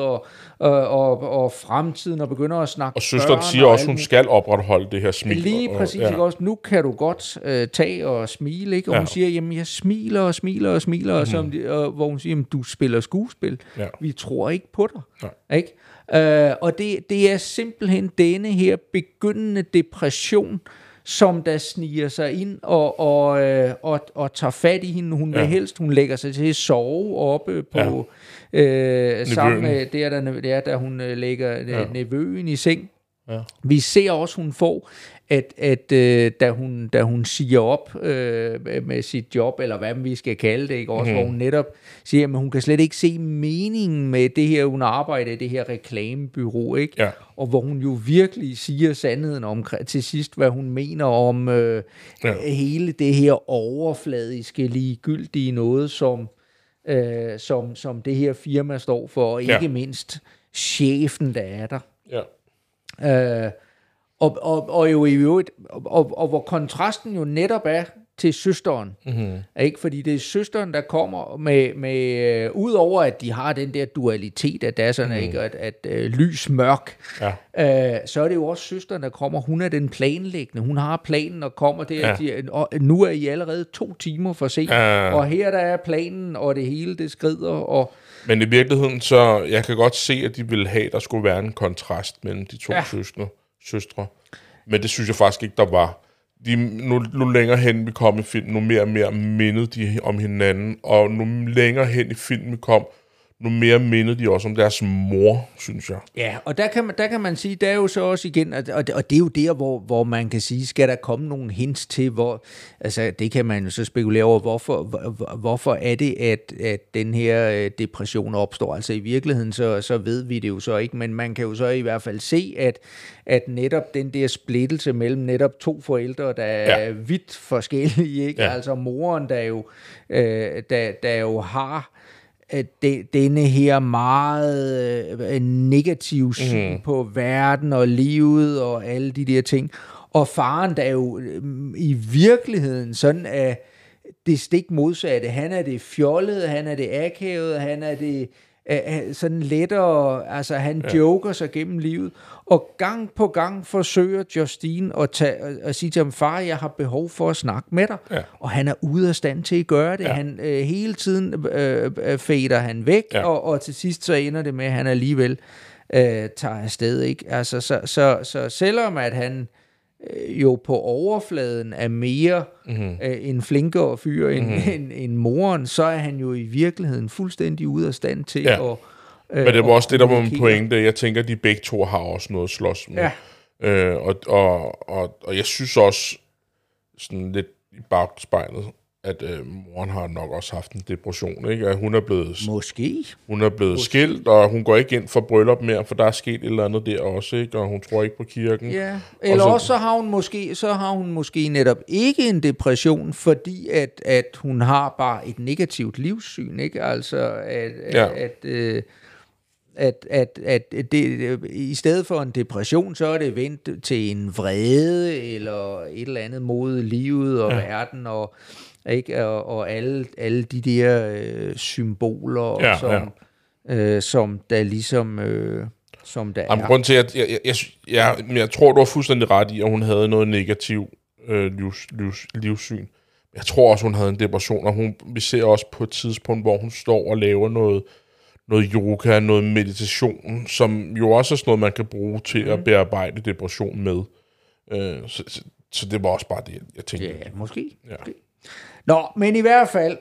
og fremtiden, og begynder at snakke. Og søsteren siger også, at hun skal opretholde det her smil. Lige præcis, ikke også? Nu kan du godt tage og smile, ikke? Og hun siger, jamen jeg smiler og smiler og smiler, og hvor hun siger, jamen du spiller skuespil. Ja. Vi tror ikke på dig. Nej. Ikke? Og det er simpelthen denne her begyndende depression, som der sniger sig ind og tager fat i hende. Hun vil helst, hun lægger sig til at sove oppe på sammen med da hun lægger nevøen i seng. Ja. Vi ser også, hun får, at da hun siger op med sit job, eller hvad vi skal kalde det, ikke? Også, hvor hun netop siger, at hun kan slet ikke se meningen med det her, hun arbejder i det her reklamebyrå, ikke? Ja. Og hvor hun jo virkelig siger sandheden om til sidst, hvad hun mener om hele det her overfladiske, ligegyldige noget, som det her firma står for, og ikke mindst chefen, der er der. Ja. Og jo i øvrigt, og hvor kontrasten jo netop er til søsteren, ikke? Fordi det er søsteren, der kommer med udover at de har den der dualitet, at der er sådan, ikke? At lys mørk, så er det jo også søsteren, der kommer. Hun er den planlæggende, hun har planen og kommer der, og nu er I allerede 2 timer for sent, og her der er planen, og det hele det skrider, men i virkeligheden, så jeg kan godt se, at de ville have, at der skulle være en kontrast mellem de 2 søstre. Men det synes jeg faktisk ikke, der var. Nu længere hen vi kom i filmen, nu mere og mere mindede de om hinanden, og nu længere hen i filmen kom, nu mere mindede de også om deres mor, synes jeg. Ja, og der kan man sige, der er jo så også igen, og det er jo der, hvor man kan sige, skal der komme nogle hints til, hvor, altså det kan man jo så spekulere over, hvorfor er det, at den her depression opstår. Altså i virkeligheden, så ved vi det jo så ikke, men man kan jo så i hvert fald se, at netop den der splittelse mellem netop 2 forældre, der er vidt forskellige, ikke? Ja. Altså moren, der jo har denne her meget negative syn på verden og livet og alle de der ting. Og faren, der er jo i virkeligheden sådan af det stik modsatte. Han er det fjollede, han er det akavede, han er det sådan lettere, altså han joker sig gennem livet, og gang på gang forsøger Justine at sige til ham, far, jeg har behov for at snakke med dig, og han er ude af stand til at gøre det. Han hele tiden fader han væk, og til sidst så ender det med, at han alligevel tager afsted, ikke? Altså, så selvom at han jo på overfladen er mere en flinkere fyr end moren, så er han jo i virkeligheden fuldstændig ude af stand til at men det var også det, der var min pointe. Jeg tænker, at de begge 2 har også noget at slås med. Ja. Og jeg synes også, sådan lidt i bagspejlet, at moren har nok også haft en depression, ikke? At hun er blevet skilt, og hun går ikke ind for bryllup mere, for der er sket et eller andet der også, ikke? Og hun tror ikke på kirken. Ja. Eller også så har hun måske netop ikke en depression, fordi at hun har bare et negativt livssyn, ikke? Altså at det, i stedet for en depression, så er det vendt til en vrede, eller et eller andet mod livet og verden, og, ikke? Og alle de der symboler, som der ligesom... som der er. Grund til, at jeg tror, du har fuldstændig ret i, at hun havde noget negativ livssyn. Jeg tror også, hun havde en depression, og vi ser også på et tidspunkt, hvor hun står og laver noget yoga, noget meditation, som jo også er sådan noget, man kan bruge til at bearbejde depression med. Så det var også bare det, jeg tænkte. Ja, måske. Nå, men i hvert fald,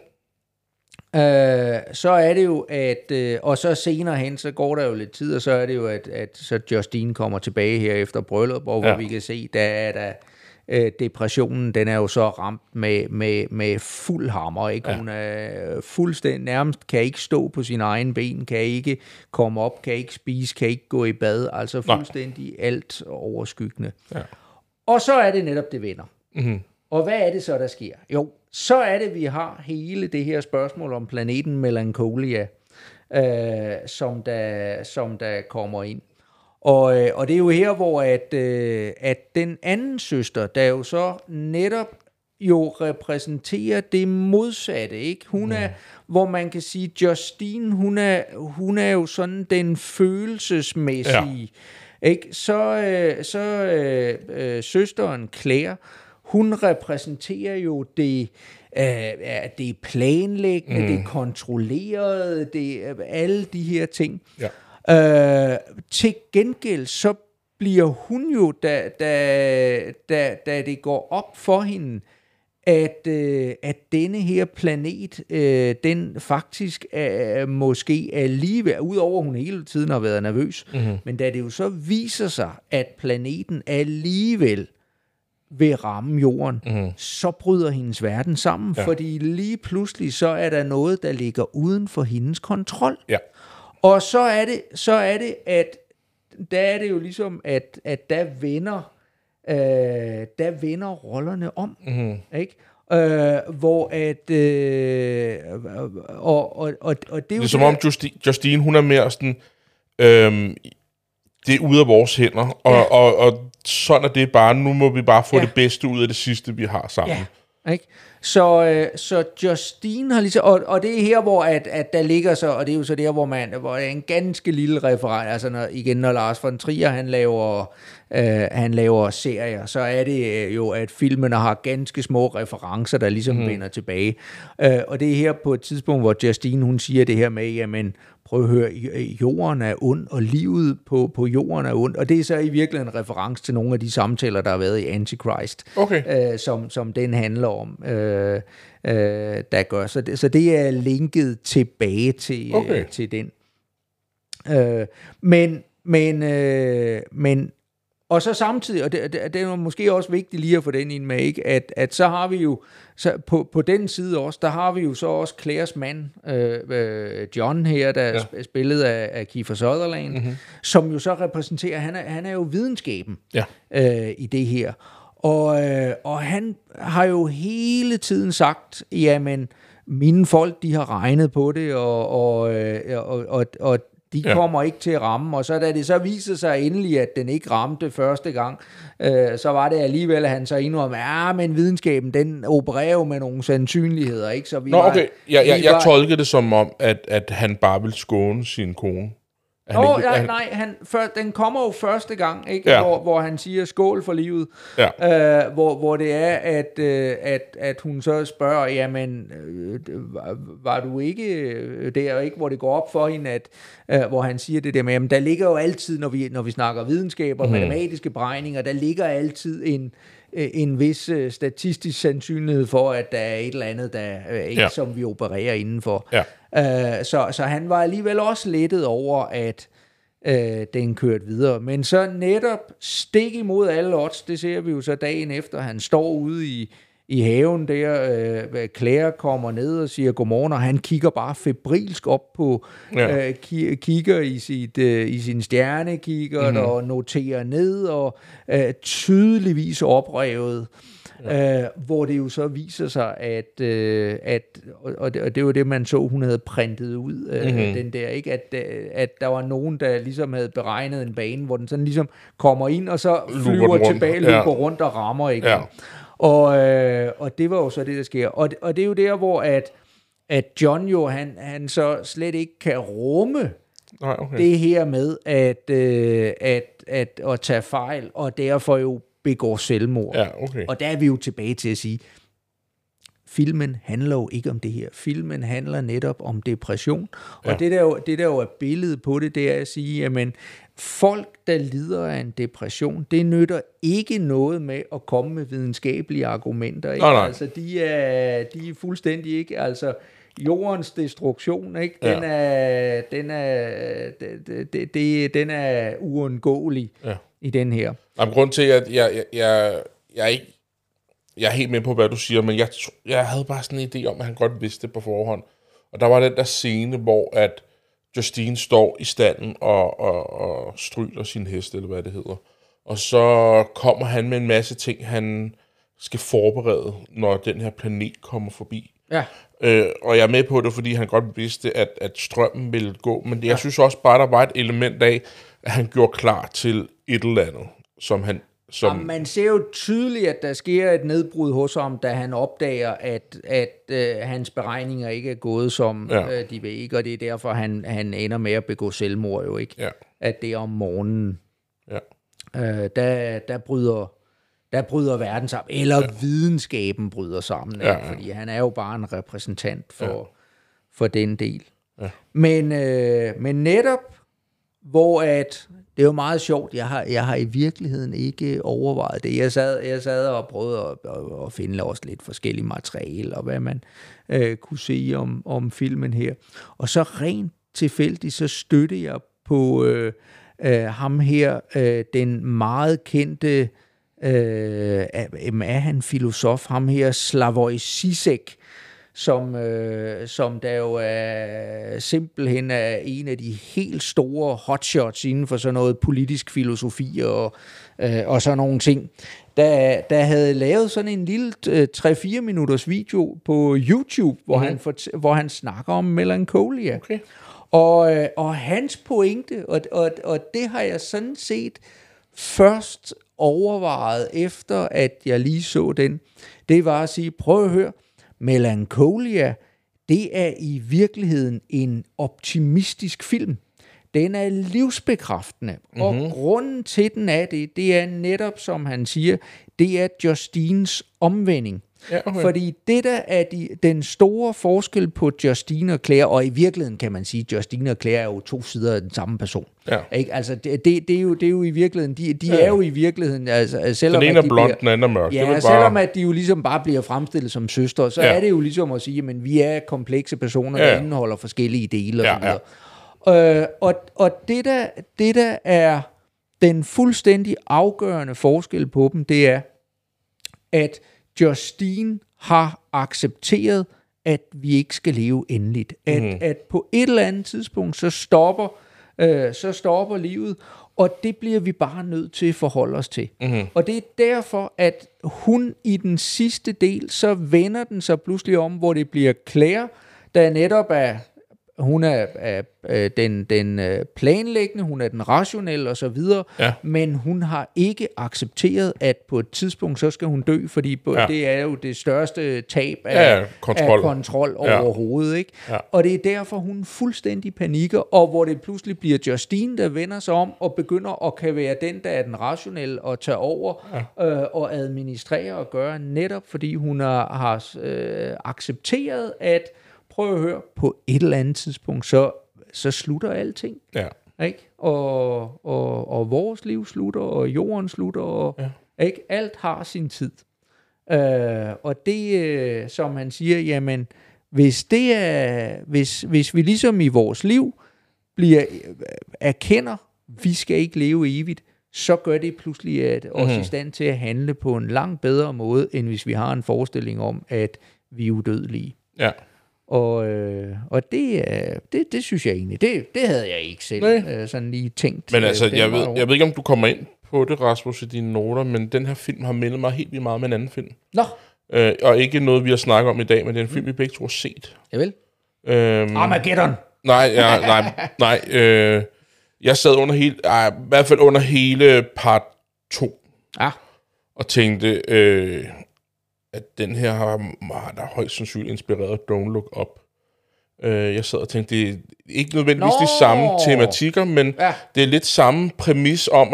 så er det jo, at, og så senere hen, så går der jo lidt tid, og så er det jo, at så Justine kommer tilbage her efter bryllup, hvor vi kan se, der depressionen, den er jo så ramt med fuld hammer, ikke? Hun er fuldstændig, nærmest kan ikke stå på sine egne ben, kan ikke komme op, kan ikke spise, kan ikke gå i bad, altså fuldstændig alt overskyggende. Ja. Og så er det netop, det vender. Mm-hmm. Og hvad er det så, der sker? Jo, så er det, vi har hele det her spørgsmål om planeten Melancholia, som der kommer ind. Og det er jo her, hvor at den anden søster, der jo så netop jo repræsenterer det modsatte, ikke? Hun er, hvor man kan sige, Justine, hun er jo sådan den følelsesmæssige, ikke? Så søsteren Claire, hun repræsenterer jo det planlæggende, det kontrollerede, alle de her ting. Ja. Til gengæld så bliver hun jo, da det går op for hende, at denne her planet, den faktisk måske alligevel, udover hun hele tiden har været nervøs, men da det jo så viser sig, at planeten alligevel vil ramme jorden, så bryder hendes verden sammen, fordi lige pludselig så er der noget, der ligger uden for hendes kontrol. Ja. Og så er det, at der er det jo ligesom, at der vender rollerne om, ikke? Hvor at og det er jo som om Justine, hun er mere sådan det er ude af vores hænder, og sådan er det bare. Nu må vi bare få det bedste ud af det sidste, vi har sammen. Ja, ikke? Så Justine har ligesom, og det er her, hvor at der ligger så, og det er jo så der, hvor der er en ganske lille referat, altså når Lars von Trier, han laver serier, så er det jo, at filmene har ganske små referencer, der ligesom vender tilbage. Og det er her på et tidspunkt, hvor Justine, hun siger det her med, jamen, prøv at høre, jorden er ond, og livet på jorden er ondt, og det er så i virkeligheden en reference til nogle af de samtaler, der har været i Antichrist, som den handler om, der gør. Så det er linket tilbage til den. Men og så samtidig, og det er måske også vigtigt lige at få den ind med, ikke? At så har vi jo, så på den side også, der har vi jo så også Claires mand, John her, der er spillet af Kiefer Sutherland, som jo så repræsenterer, han er jo videnskaben i det her. Og han har jo hele tiden sagt, jamen, mine folk, de har regnet på det, og de kommer ikke til at ramme, og så da det så viser sig endelig, at den ikke ramte første gang, så var det alligevel, at han så indrømmer, men videnskaben, den opererer jo med nogle sandsynligheder, ikke? Så jeg tolkede det som om, at han bare ville skåne sin kone. Den kommer jo første gang, ikke? Hvor han siger skål for livet, hvor det er, at hun så spørger, jamen, var du ikke der, ikke? Hvor det går op for hende, hvor han siger det der med, jamen, der ligger jo altid, når vi snakker videnskab og matematiske beregninger, der ligger altid en vis statistisk sandsynlighed for, at der er et eller andet, der ikke som vi opererer indenfor. Ja. Så han var alligevel også lettet over, at den kørte videre. Men så netop stik imod alle odds, det ser vi jo så dagen efter, han står ude i haven der, Claire kommer ned og siger godmorgen, og han kigger bare febrilsk op på, kigger i sin stjernekikkert og noterer ned, og tydeligvis oprevet. hvor det jo så viser sig, og det var det, man så, hun havde printet ud, den der, ikke? At der var nogen, der ligesom havde beregnet en bane, hvor den sådan ligesom kommer ind, og så flyver tilbage, løber rundt og rammer, ikke? Ja. Og det var jo så det, der sker. Og det er jo der, hvor at John jo, han så slet ikke kan rumme det her med at tage fejl, og derfor jo begår selvmord. Ja, okay. Og der er vi jo tilbage til at sige, filmen handler jo ikke om det her. Filmen handler netop om depression. Ja. Og det der jo er billedet på det, det er at sige, jamen, folk, der lider af en depression, det nytter ikke noget med at komme med videnskabelige argumenter. Ikke? Nej. Altså, de er fuldstændig ikke, altså, jordens destruktion, ikke? Den er uundgåelig i den her. Jamen, grund til, at jeg er helt med på, hvad du siger, men jeg havde bare sådan en idé om, at han godt vidste det på forhånd. Og der var den der scene, hvor at Justine står i standen og stryler sin hest, eller hvad det hedder. Og så kommer han med en masse ting, han skal forberede, når den her planet kommer forbi. Ja. Og jeg er med på det, fordi han godt vidste, at strømmen ville gå. Men jeg synes også bare, der var et element af, at han gjorde klar til et eller andet, som han... Jamen, man ser jo tydeligt, at der sker et nedbrud hos ham, da han opdager, at hans beregninger ikke er gået, som de vil ikke, og det er derfor, han ender med at begå selvmord jo, ikke? Ja. At det er om morgenen. Ja. Der bryder verden sammen, eller videnskaben bryder sammen, ikke? Fordi han er jo bare en repræsentant for den del. Ja. Men netop, hvor at... Det er jo meget sjovt. Jeg har i virkeligheden ikke overvejet det. Jeg sad og prøvede at finde også lidt forskellige materiale, og hvad man kunne se om filmen her. Og så rent tilfældigt, så støttede jeg på ham her, den meget kendte, er han filosof, ham her Slavoj Žižek, som der jo er simpelthen er en af de helt store hotshots inden for sådan noget politisk filosofi og sådan nogle ting, der havde lavet sådan en lille 3-4 minutters video på YouTube, hvor han snakker om melancholia. Okay. Og hans pointe, og det har jeg sådan set først overvejet efter, at jeg lige så den, det var at sige, prøv at høre, Melancholia, det er i virkeligheden en optimistisk film. Den er livsbekræftende, og grunden til den er det er netop, som han siger, det er Justines omvending. Ja, okay. Fordi det der er den store forskel på Justine og Claire, og i virkeligheden kan man sige, at Justine og Claire er jo to sider af den samme person. Ja. Ikke? Altså, det er jo i virkeligheden, de er jo i virkeligheden, altså, selvom den ene er blond, den anden er mørk. Ja, selvom at de jo ligesom bare bliver fremstillet som søstre, så er det jo ligesom at sige, at vi er komplekse personer, der indeholder forskellige dele og så videre. Og det der er den fuldstændig afgørende forskel på dem, det er, at Justine har accepteret, at vi ikke skal leve endeligt. At på et eller andet tidspunkt, så stopper livet, og det bliver vi bare nødt til at forholde os til. Og det er derfor, at hun i den sidste del, så vender den sig pludselig om, hvor det bliver Claire, der netop er... Hun er den planlæggende, hun er den rationelle og så videre, men hun har ikke accepteret, at på et tidspunkt, så skal hun dø, fordi det er jo det største tab af kontrol overhovedet. Ikke? Ja. Og det er derfor, hun fuldstændig panikker, og hvor det pludselig bliver Justine, der vender sig om og begynder at kan være den, der er den rationelle og tage over og administrere og gøre, netop fordi hun har accepteret, at prøv at høre, på et eller andet tidspunkt, så slutter alting. Ja. Ikke? Og vores liv slutter, og jorden slutter, og ikke? Alt har sin tid. Og det, som han siger, jamen, hvis vi ligesom i vores liv erkender, vi skal ikke leve evigt, så gør det pludselig at os i stand til at handle på en langt bedre måde, end hvis vi har en forestilling om, at vi er udødelige. Ja. Og det synes jeg egentlig, det havde jeg ikke selv sådan lige tænkt. Men altså, jeg ved ikke, om du kommer ind på det, Rasmus, i dine noter, men den her film har mindet mig helt vildt meget med en anden film. Nå. Og ikke noget, vi har snakket om i dag, men det er en film, vi begge to har set. Javel. Armageddon. Nej. Jeg sad under hele, i hvert fald under hele part 2. Ja. Og tænkte, at den her har der højst sandsynligt inspireret Don't Look Up. Jeg sad og tænkte, det er ikke nødvendigvis de samme tematikker, men det er lidt samme præmis om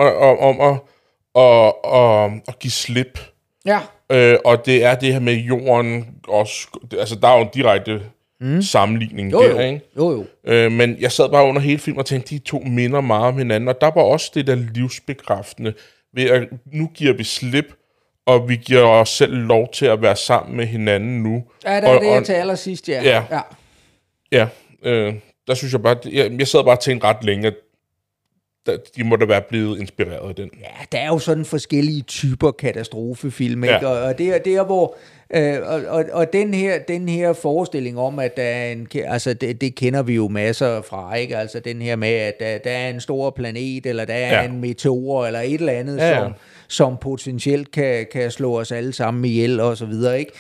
at give slip. Ja. Og det er det her med jorden også. Altså, der er jo en direkte sammenligning der, ikke? Jo. Men jeg sad bare under hele filmen og tænkte, de to minder meget om hinanden. Og der var også det der livsbekræftende ved, at nu giver vi slip, og vi giver os selv lov til at være sammen med hinanden nu. Ja, det er det, jeg til allersidst, ja. Ja, der synes jeg bare, jeg sad bare og tænkte ret længe, at de må da være blevet inspireret af den. Ja, der er jo sådan forskellige typer katastrofefilm, ikke? Og det er hvor og den her forestilling om, at der er en, altså det kender vi jo masser fra, ikke? Altså den her med, at der er en stor planet, eller der er en meteor, eller et eller andet, som potentielt kan slå os alle sammen ihjel, og så videre, ikke?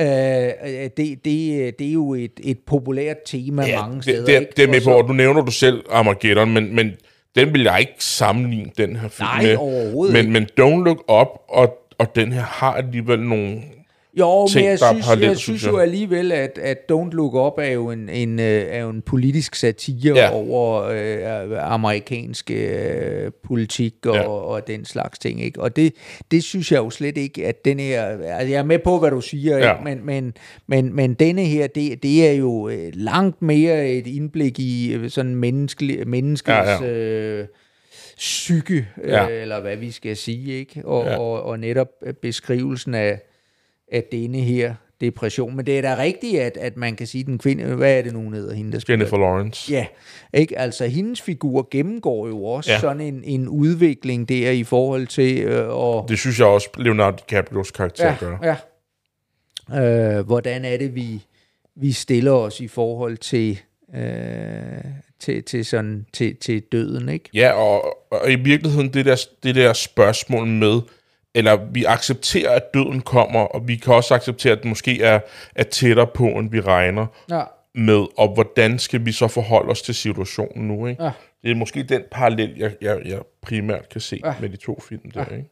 Det er jo et populært tema mange steder, ikke? Det er med på, og nu nævner du selv Armageddon, men den vil jeg ikke sammenligne den her film med. Nej, overhovedet ikke. Men Don't Look Up, og den her har alligevel nogle ting, jeg synes jo alligevel, at Don't Look Up er jo en politisk satire over amerikansk politik og den slags ting, ikke? Og det synes jeg jo slet ikke, at den her... Altså, jeg er med på, hvad du siger, ikke? Men denne her, det er jo langt mere et indblik i sådan menneskets... psyke, eller hvad vi skal sige, ikke? Og netop beskrivelsen af denne her depression. Men det er da rigtigt, at man kan sige, den kvinde, hvad er det nu, hun hedder, hende, der spiller? Jennifer Lawrence. Ja, ikke? Altså, hendes figur gennemgår jo også sådan en udvikling der i forhold til... det synes jeg også, Leonardo DiCaprios karakter gør. Ja. Hvordan er det, vi stiller os i forhold til... til døden, ikke? Ja, og i virkeligheden det der spørgsmål med, eller vi accepterer, at døden kommer, og vi kan også acceptere, at det måske er tættere på, end vi regner med, og hvordan skal vi så forholde os til situationen nu, ikke? Ja. Det er måske den parallel, jeg primært kan se med de to film der, ikke?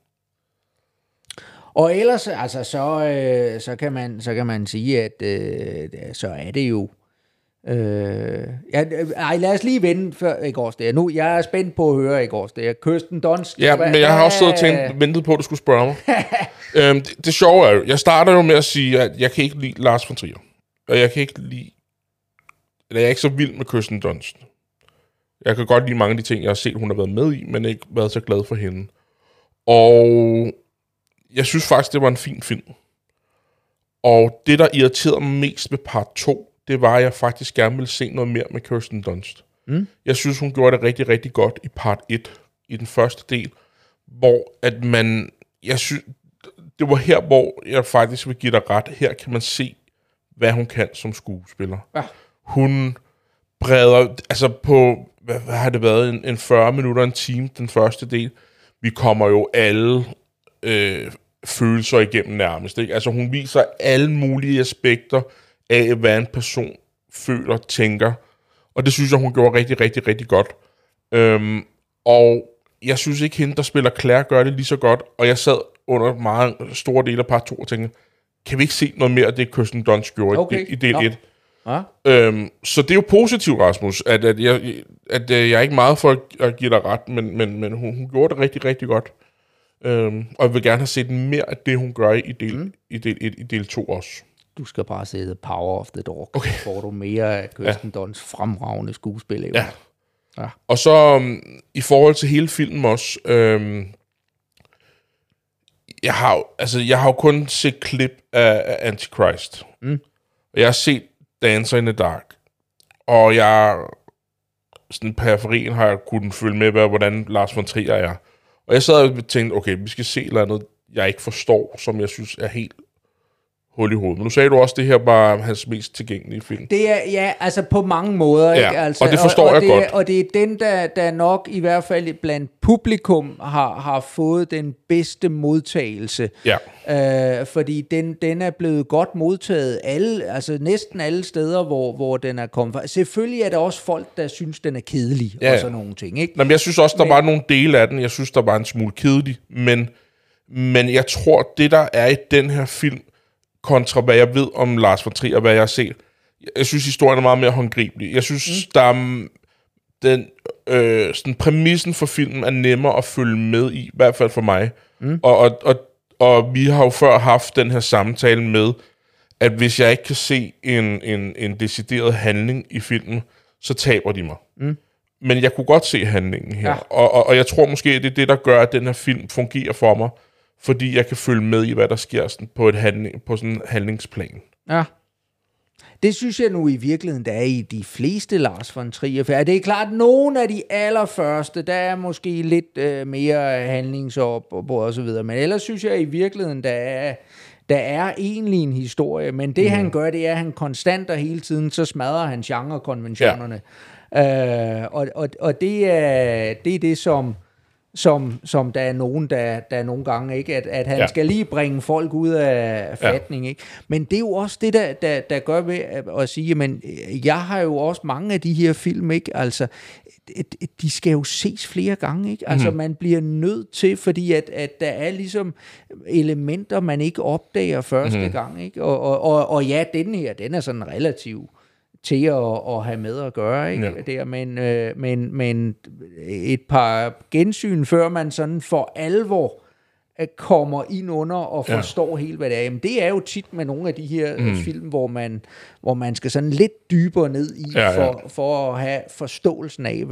Og ellers, altså, så kan man sige, at så er det jo lad os lige vente før Igårdsted. Nu, jeg er spændt på at høre Igårdsted. Kirsten Dunst. Ja, men jeg har også siddet og ventet på, at du skulle spørge mig. Det sjove er jo, jeg starter jo med at sige, at jeg kan ikke lide Lars von Trier. Og jeg er ikke så vild med Kirsten Dunst. Jeg kan godt lide mange af de ting, jeg har set, hun har været med i, men ikke været så glad for hende. Og jeg synes faktisk, det var en fin film. Og det, der irriterede mig mest ved part 2, det var, at jeg faktisk gerne ville se noget mere med Kirsten Dunst. Jeg synes, hun gjorde det rigtig, rigtig godt i part 1, i den første del, hvor at jeg synes, det var her, hvor jeg faktisk vil give dig ret. Her kan man se, hvad hun kan som skuespiller. Ja. Hun breder, altså på, hvad har det været, en 40 minutter, en time, den første del. Vi kommer jo alle følelser igennem nærmest, ikke? Altså hun viser alle mulige aspekter af, hvad en person føler, tænker. Og det synes jeg, hun gjorde rigtig, rigtig, rigtig godt. Og jeg synes ikke, hende, der spiller Claire, gør det lige så godt. Og jeg sad under meget store dele af part 2 og tænkte, kan vi ikke se noget mere af det, Kirsten Dunst gjorde i del 1? Så det er jo positivt, Rasmus, at jeg er ikke meget for at give dig ret, men hun gjorde det rigtig, rigtig godt. Og jeg vil gerne have set mere af det, hun gør i del 1, i del 2 også. Du skal bare se The Power of the Dog, så får du mere af Kirsten Dunsts fremragende skuespil. Ja. Og så i forhold til hele filmen også, jeg har jo kun set klip af Antichrist. Og jeg har set Dancer in the Dark. Og sådan periferien har jeg kunnet følge med, hvordan Lars von Trier er. Og jeg sad og tænkte, okay, vi skal se et eller andet, jeg ikke forstår, som jeg synes er helt hul i hovedet. Men nu sagde du også, at det her var hans mest tilgængelige film. Det er, ja, altså på mange måder. Ja, ikke? Altså, og det forstår jeg godt. Og det er den, der nok i hvert fald blandt publikum har fået den bedste modtagelse. Ja. Fordi den er blevet godt modtaget altså næsten alle steder, hvor den er kommet fra. Selvfølgelig er der også folk, der synes, den er kedelig og sådan nogle ting. Ikke? Nå, men jeg synes også, der var nogle dele af den. Jeg synes, der var en smule kedelig. Men jeg tror, det der er i den her film, kontra hvad jeg ved om Lars von Trier, og hvad jeg har set, jeg synes, historien er meget mere håndgribelig. Jeg synes, der er sådan præmissen for filmen er nemmere at følge med i hvert fald for mig. Og vi har jo før haft den her samtale med, at hvis jeg ikke kan se en decideret handling i filmen, så taber de mig. Men jeg kunne godt se handlingen her. Ja. Og jeg tror måske, det er det, der gør, at den her film fungerer for mig, fordi jeg kan følge med i, hvad der sker sådan på sådan en handlingsplan. Ja. Det synes jeg nu i virkeligheden, der er i de fleste Lars von Trier. Det er klart, at nogle af de allerførste, der er måske lidt mere handlingsop og så videre. Men ellers synes jeg i virkeligheden, der er egentlig en historie. Men det han gør, det er, at han konstant og hele tiden, så smadrer han genrekonventionerne. Ja. Og det er det, som der er nogen, der nogle gange, ikke? At han skal lige bringe folk ud af fatning, ikke? Men det er jo også det, der gør ved at sige, men jeg har jo også mange af de her film, ikke? Altså, de skal jo ses flere gange, ikke? Altså, man bliver nødt til, fordi at der er ligesom elementer, man ikke opdager første gang, ikke? Og ja, den her, den er sådan relativ til at have med at gøre, ikke? Ja. Der, men et par gensyn, før man sådan for alvor kommer ind under og forstår helt, hvad det er. Jamen, det er jo tit med nogle af de her film, hvor man skal sådan lidt dybere ned i, for at have forståelsen af,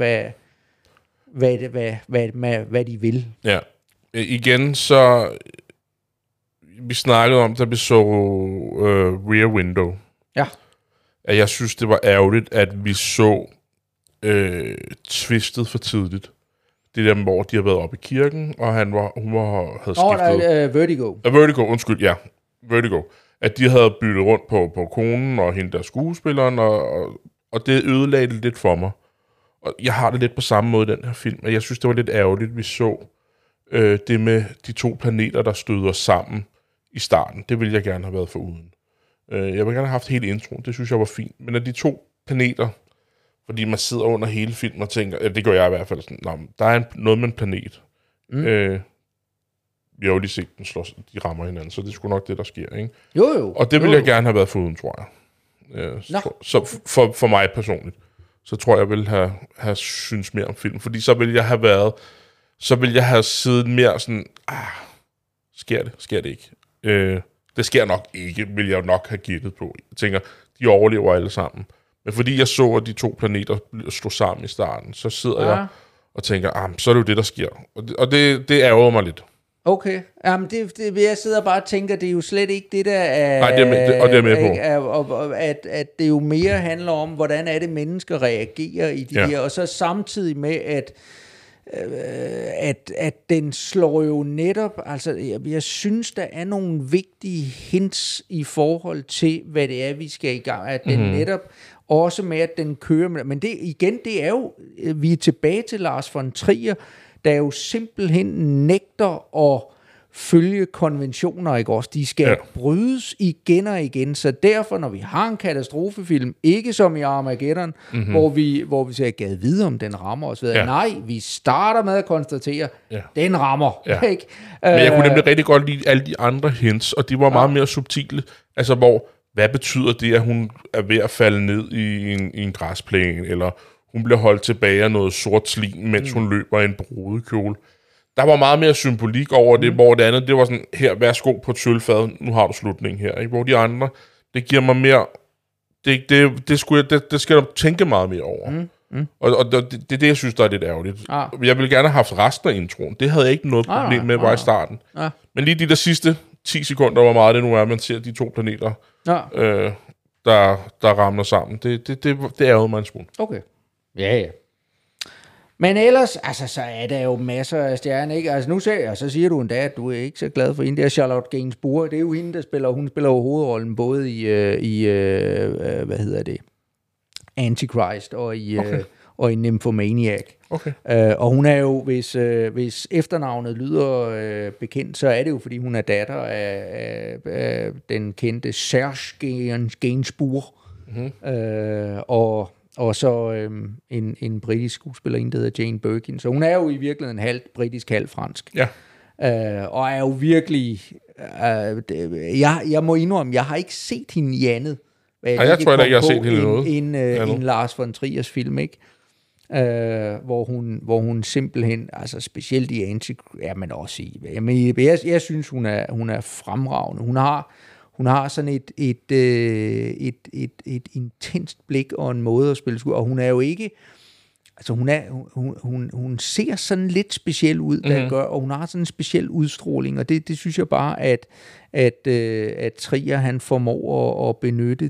hvad de vil. Ja. Igen, så vi snakkede om, da vi så Rear Window. Ja. At jeg synes, det var ærgerligt, at vi så twistet for tidligt. Det der, hvor de har været oppe i kirken, og havde skiftet... Vertigo. Vertigo, undskyld, ja. Vertigo. At de havde byttet rundt på konen og hende der skuespilleren, og det ødelagde det lidt for mig. Og jeg har det lidt på samme måde i den her film, og jeg synes, det var lidt ærgerligt, vi så det med de to planeter, der støder sammen i starten. Det ville jeg gerne have været foruden. Jeg ville gerne have haft hele introen, det synes jeg var fint. Men at de to planeter, fordi man sidder under hele filmen og tænker, ja, det gør jeg i hvert fald sådan, der er noget med en planet. Vi har jo lige set den slås, de rammer hinanden, så det er sgu nok det, der sker, ikke? Jo. Og det ville jeg gerne have været foruden, tror jeg. Så for mig personligt, så tror jeg ville have synes mere om filmen, fordi så ville jeg have siddet mere sådan, sker det ikke? Det sker nok ikke, vil jeg nok have gættet på. Jeg tænker, de overlever alle sammen. Men fordi jeg så, at de to planeter stod sammen i starten, så sidder jeg og tænker, så er det jo det, der sker. Og det ærger mig lidt. Okay. Jamen, det jeg sidder bare og tænker, det er jo slet ikke det, der er... Nej, det er med på. At det jo mere handler om, hvordan er det, mennesker reagerer i de her, og så samtidig med, at den slår jo netop, altså jeg synes, der er nogle vigtige hints i forhold til, hvad det er, vi skal i gang, at den netop også med, at den kører med, men det er jo, vi er tilbage til Lars von Trier, der jo simpelthen nægter at følge konventioner, ikke også? De skal brydes igen og igen, så derfor, når vi har en katastrofefilm, ikke som i Armageddon, hvor vi siger, gad vide, om den rammer os videre. Nej, vi starter med at konstatere, den rammer. Ikke? Men jeg kunne nemlig rigtig godt lide alle de andre hints, og de var meget mere subtile. Altså, hvad betyder det, at hun er ved at falde ned i en græsplæne, eller hun bliver holdt tilbage af noget sort slim, mens hun løber i en brudekjole. Der var meget mere symbolik over det, hvor det andet, det var sådan, her, værsgo på et sølvfad, nu har du slutningen her. Ikke? Hvor de andre, det giver mig mere, det skal du tænke meget mere over. Og det er det, jeg synes, der er lidt ærgerligt. Jeg ville gerne have haft resten af introen. Det havde jeg ikke noget problem med, var i starten. Men lige de der sidste 10 sekunder, hvor meget det nu er, man ser de to planeter, der ramler sammen. Det ærgerede mig en smule. Okay. Ja. Men ellers, altså, så er der jo masser af stjerner, ikke? Altså, nu ser jeg, så siger du endda, at du er ikke så glad for hende. Det er Charlotte Gainsbourg. Det er jo hende, der spiller, hun spiller jo hovedrollen både i hvad hedder det, Antichrist og i Nymphomaniac. Okay. Og hun er jo, hvis efternavnet lyder bekendt, så er det jo, fordi hun er datter af den kendte Serge Gainsbourg. Og så en britisk skuespillerinde, der hedder Jane Birkin. Så hun er jo i virkeligheden halvt britisk, halvt fransk. Ja. Og er jo virkelig... jeg må indrømme, jeg har ikke set hende i andet. Jeg tror ikke, jeg har set hende noget. En Lars von Triers film, ikke? Hvor hun simpelthen, altså specielt i men også i... Jeg synes, hun er fremragende. Hun har sådan et intenst blik og en måde at spille skud, og hun er jo ikke, altså hun ser sådan lidt speciel ud, der gør, og hun har sådan en speciel udstråling, og det synes jeg bare, at Trier, han formår at benytte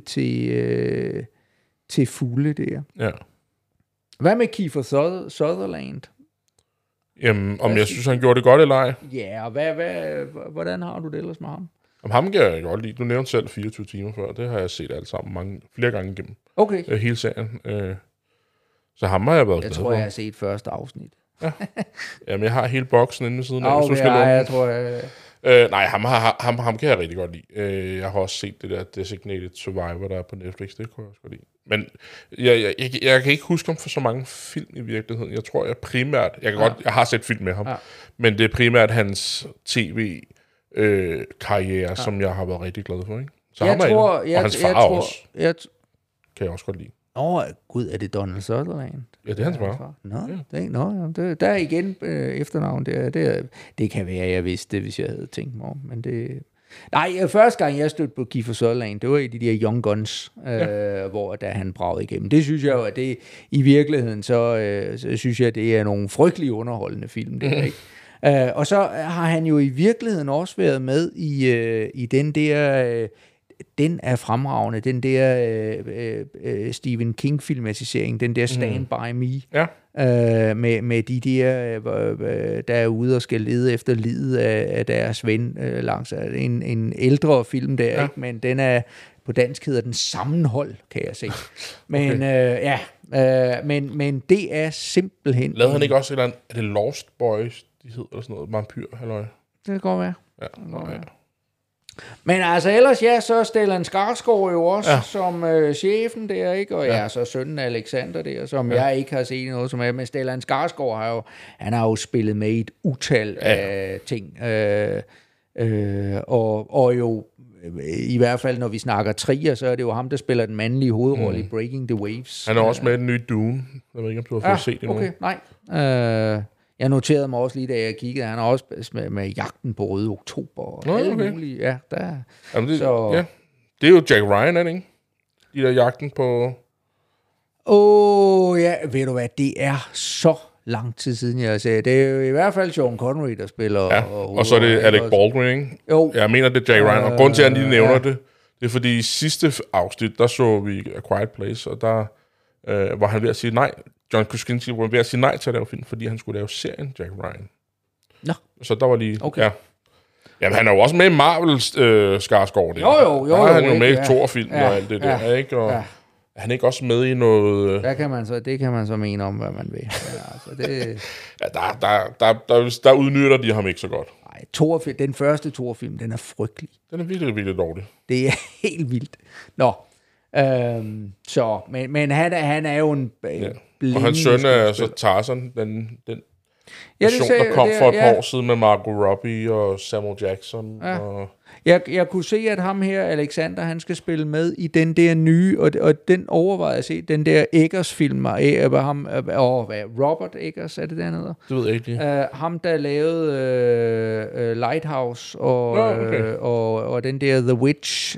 til fulde der. Ja. Hvad med Kiefer Sutherland? Jamen, om jeg synes, han gjorde det godt eller ej? Ja, og hvordan har du det ellers med ham? Om ham kan jeg godt lide. Du nævnte selv 24 timer før. Det har jeg set alt sammen flere gange igennem. Okay. Hele serien. Så ham har jeg været glad for. Jeg tror, jeg har set første afsnit. Ja. Jamen, jeg har hele boksen inde ved siden af. Jeg tror... nej, ham kan jeg rigtig godt lide. Jeg har også set det der Designated Survivor, der er på Netflix. Det kunne jeg også godt lide. Men jeg kan ikke huske ham for så mange film i virkeligheden. Jeg tror, jeg primært... Jeg har set film med ham. Ja. Men det er primært hans tv-karriere, som jeg har været rigtig glad for. Ikke? Så og hans far også. Kan jeg også godt lide. Gud, er det Donald Sutherland? Ja, det er hans far. Der er igen efternavn. Det kan være, jeg vidste det, hvis jeg havde tænkt mig om. Men det... Nej, første gang jeg stødte på Kiefer Sutherland, det var i de der Young Guns, hvor da han bragede igennem. Det synes jeg jo, at det i virkeligheden, så synes jeg, det er nogle frygtelig underholdende film. Det er, ikke? Og så har han jo i virkeligheden også været med i den der... Den er fremragende, den der Stephen King-filmatisering, den der Stand By Me, med de der er ude og skal lede efter livet af deres ven langs en ældre film der, ikke? Men den er på dansk hedder den Sammenhold, kan jeg se. Men men det er simpelthen... Lavede han ikke også er det Lost Boys, de hedder, eller sådan noget, vampyr, halløj? Det kan godt være. Ja. Men altså ellers, så Stellan Skarsgård jo også som chefen der, ikke? Og så sønnen Alexander der, som jeg ikke har set noget som er. Men Stellan Skarsgård har jo spillet med i et utal af ting. Og jo, i hvert fald når vi snakker Trier, så er det jo ham, der spiller den mandlige hovedrolle i Breaking the Waves. Han er også med i den nye Dune. Jeg ved ikke, om du har fået set det nu. Okay, nej. Jeg noterede mig også lige, da jeg kiggede, han har også med Jagten på Røde Oktober og alle mulige. Ja, der. Jamen det er jo Jack Ryan, er det ikke? De der Jagten på... ja, ved du hvad, det er så lang tid siden, jeg har set. Det er jo i hvert fald Sean Connery, der spiller. Ja, og så er det Alec Baldwin, ikke? Jo. Jeg mener, det er Jack Ryan, og grund til, at han lige nævner det er fordi i sidste afsnit, der så vi A Quiet Place, og der var han ved at sige nej. John Krasinski var ved at sige nej til at lave film, fordi han skulle lave serien Jack Ryan. Nå. Så der var lige... Okay. Ja. Jamen, han er jo også med i Marvels Skarsgård. Jo. Der er han jo med i Thor-filmen og alt det der, ikke? Og er han ikke også med i noget... Det kan man så mene om, hvad man vil. Ja, altså det... der udnytter de ham ikke så godt. Nej, den første Thor-film, den er frygtelig. Den er virkelig, virkelig dårlig. Det er helt vildt. Nå. Men han er jo en... Og hans søn er så Tarzan, den version, der kom for et par år siden med Margot Robbie og Samuel Jackson. Ja. Og... Jeg kunne se, at ham her, Alexander, han skal spille med i den der nye, og den overvejede at se, den der Eggers-film, Robert Eggers, er det der hedder? Det ved jeg ikke. Ham, der lavede Lighthouse og den der The Witch,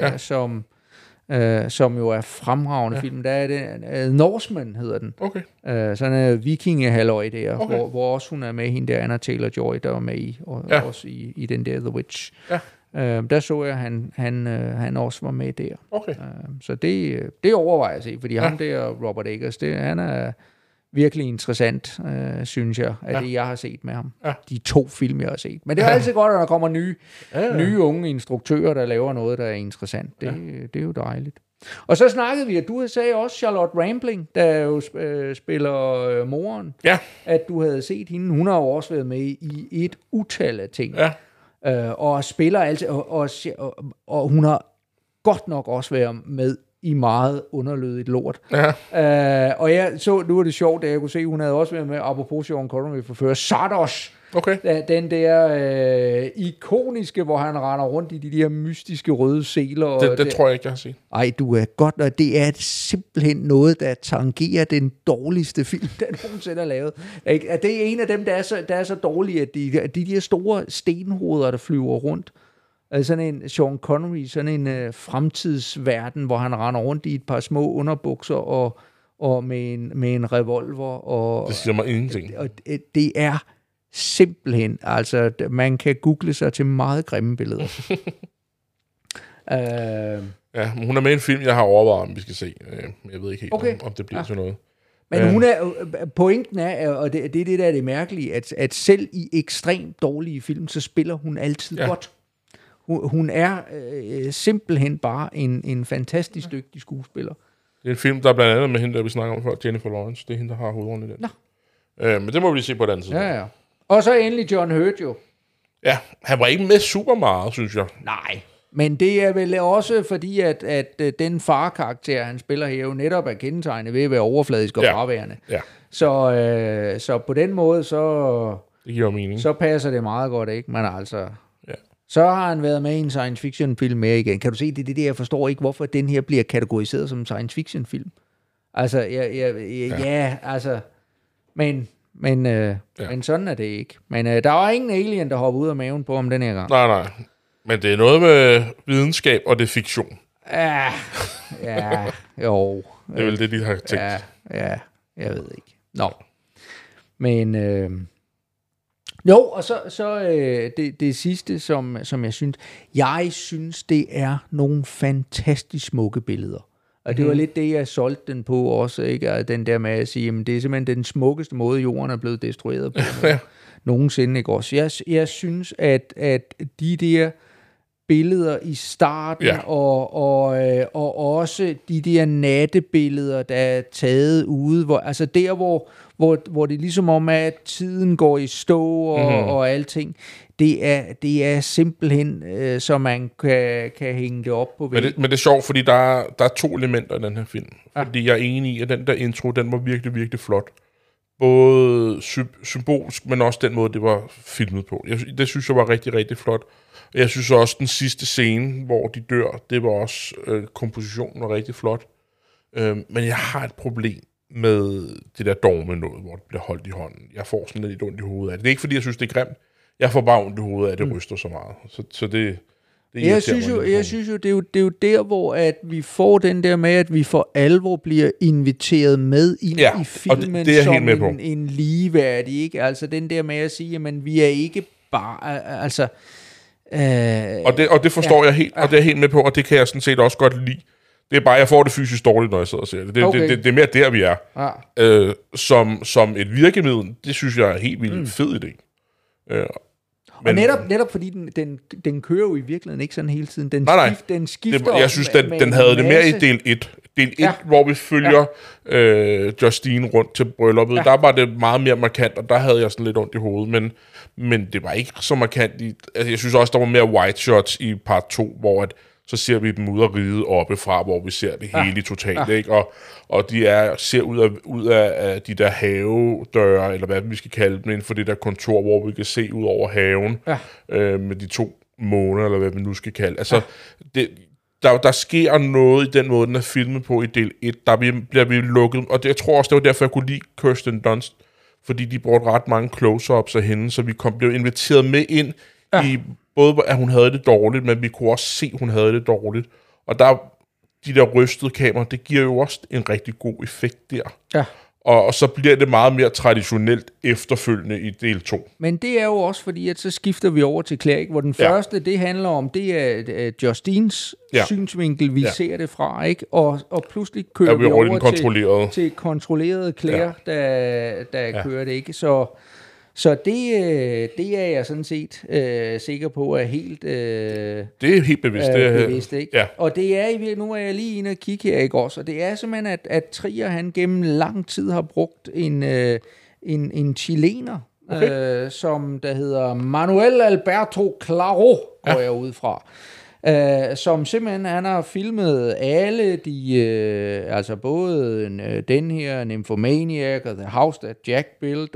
som jo er fremragende film. Der er det Norseman hedder den. Okay. Sådan en vikingehalløj der, hvor også hun er med, hende der Anna Taylor-Joy, der var med i, og også i den der The Witch. Ja. Der så jeg, han også var med der. Okay. Så det overvejer jeg at se, fordi ham der, Robert Eggers, han er virkelig interessant, synes jeg, af det, jeg har set med ham. Ja. De 2 film, jeg har set. Men det er altid godt, at der kommer nye unge instruktører, der laver noget, der er interessant. Det er jo dejligt. Og så snakkede vi, at du sagde også Charlotte Rampling, der jo spiller moren, at du havde set hende. Hun har jo også været med i et utal af ting. Ja. Og spiller altid, og hun har godt nok også været med i meget underlødigt lort. Ja. Og jeg så, nu var det sjovt, at jeg kunne se, hun havde også været med, apropos Sean Connery for før, Zardoz. Okay. Den der ikoniske, hvor han render rundt i de der mystiske røde seler. Det tror jeg ikke, jeg har set. Ej, du er godt, og det er simpelthen noget, der tangerer den dårligste film, den nogensinde har lavet. Det er en af dem, der er så dårlige, at de der store stenhoveder, der flyver rundt. Sådan en Sean Connery, sådan en fremtidsverden, hvor han render rundt i et par små underbukser og med en revolver. Og, det siger mig ingenting. Og det er simpelthen, altså man kan google sig til meget grimme billeder. Ja, hun er med i en film, jeg har overvejet, om vi skal se. Jeg ved ikke helt, om det bliver sådan noget. Men hun er, pointen er, og det er det, der er det mærkelige, at selv i ekstremt dårlige film, så spiller hun altid godt. Hun er simpelthen bare en fantastisk dygtig skuespiller. Det er en film, der er blandt andet med hende, der vi snakker om før, Jennifer Lawrence. Det er hende, der har hovedrollen i den. Men det må vi lige se på den anden side. Ja. Og så endelig John Hurt jo. Ja, han var ikke med super meget, synes jeg. Nej, men det er vel også fordi, at den farkarakter, han spiller her, jo netop er kendetegnet ved at være overfladisk og fraværende. Ja. Så på den måde, det giver mening. Så passer det meget godt, ikke? Men altså... Så har han været med i en science fiction film mere igen. Kan du se, det jeg forstår ikke, hvorfor den her bliver kategoriseret som en science fiction film. Altså, altså... Men sådan er det ikke. Men der var ingen alien, der hoppede ud af maven på ham den her gang. Nej. Men det er noget med videnskab, og det er fiktion. Jo. Det er vel det, de har tænkt. Ja, jeg ved ikke. Nå. Men... Jo, og så det sidste, som jeg synes, det er nogle fantastisk smukke billeder. Og det var lidt det, jeg solgte den på også, ikke? Og den der med at sige, jamen, det er simpelthen den smukkeste måde, jorden er blevet destrueret på nogensinde, ikke også? Jeg synes, at de der billeder i starten, og også de der nattebilleder, der er taget ude, altså der, hvor det er ligesom om, at tiden går i stå og alting. Det er simpelthen, så man kan hænge det op på væggen. Men det er sjovt, fordi der er 2 elementer i den her film. Fordi jeg er enig i, at den der intro, den var virkelig, virkelig flot. Både symbolsk, men også den måde, det var filmet på. Det synes jeg var rigtig, rigtig flot. Og jeg synes også, den sidste scene, hvor de dør, det var også kompositionen var rigtig flot. Men jeg har et problem med det der dogme noget, hvor det bliver holdt i hånden. Jeg får sådan lidt ondt i hovedet af det. Det er ikke, fordi jeg synes, det er grimt. Jeg får bare ondt i hovedet af, at det ryster så meget. Så det jeg synes jo, det er jo der, hvor at vi får den der med, at vi for alvor bliver inviteret med ind i filmen det som en ligeværdig, ikke? Altså den der med at sige, jamen vi er ikke bare, altså... Og det forstår jeg helt, og det er jeg helt med på, og det kan jeg sådan set også godt lide. Det er bare, jeg får det fysisk dårligt, når jeg sidder og ser det. Det er mere der, vi er. Som et virkemiddel, det synes jeg er helt vildt fed idé. Men, og netop fordi den kører jo i virkeligheden ikke sådan hele tiden. Den skifter. Jeg synes, den havde det mere i del 1. Del 1, hvor vi følger Justine rundt til brylluppet. Der var det meget mere markant, og der havde jeg sådan lidt ondt i hovedet. Men det var ikke så markant. Altså, jeg synes også, der var mere white shots i part 2, hvor så ser vi dem ud af ride oppefra, hvor vi ser det hele totalt, ikke? Og de ser ud af de der havedøre, eller hvad vi skal kalde dem, inden for det der kontor, hvor vi kan se ud over haven, med de 2 måner, eller hvad vi nu skal kalde. Altså, der sker noget i den måde, den er filmet på i del 1, der bliver vi lukket, og jeg tror også, det var derfor, jeg kunne lide Kirsten Dunst, fordi de brugte ret mange close-ups af hende, så vi blev inviteret med ind i både, at hun havde det dårligt, men vi kunne også se, at hun havde det dårligt. Og de der rystede kameraer, det giver jo også en rigtig god effekt der. Ja. Og så bliver det meget mere traditionelt efterfølgende i del 2. Men det er jo også fordi, at så skifter vi over til Claire, hvor den første, det handler om, det er Justines synsvinkel, vi ser det fra, ikke? Og pludselig kører vi over til kontrolleret Claire, der kører det, ikke? Så det er jeg sådan set sikker på er helt... det er helt bevidst. Bevidst, ikke? Ja. Og det er nu er jeg lige inde og kigge her, ikke også? Og det er simpelthen, at Trier, han gennem lang tid har brugt en chilener, som der hedder Manuel Alberto Claro, går jeg ud fra. Som simpelthen, han har filmet alle de, altså både den her Nymphomaniac og The House That Jack Built,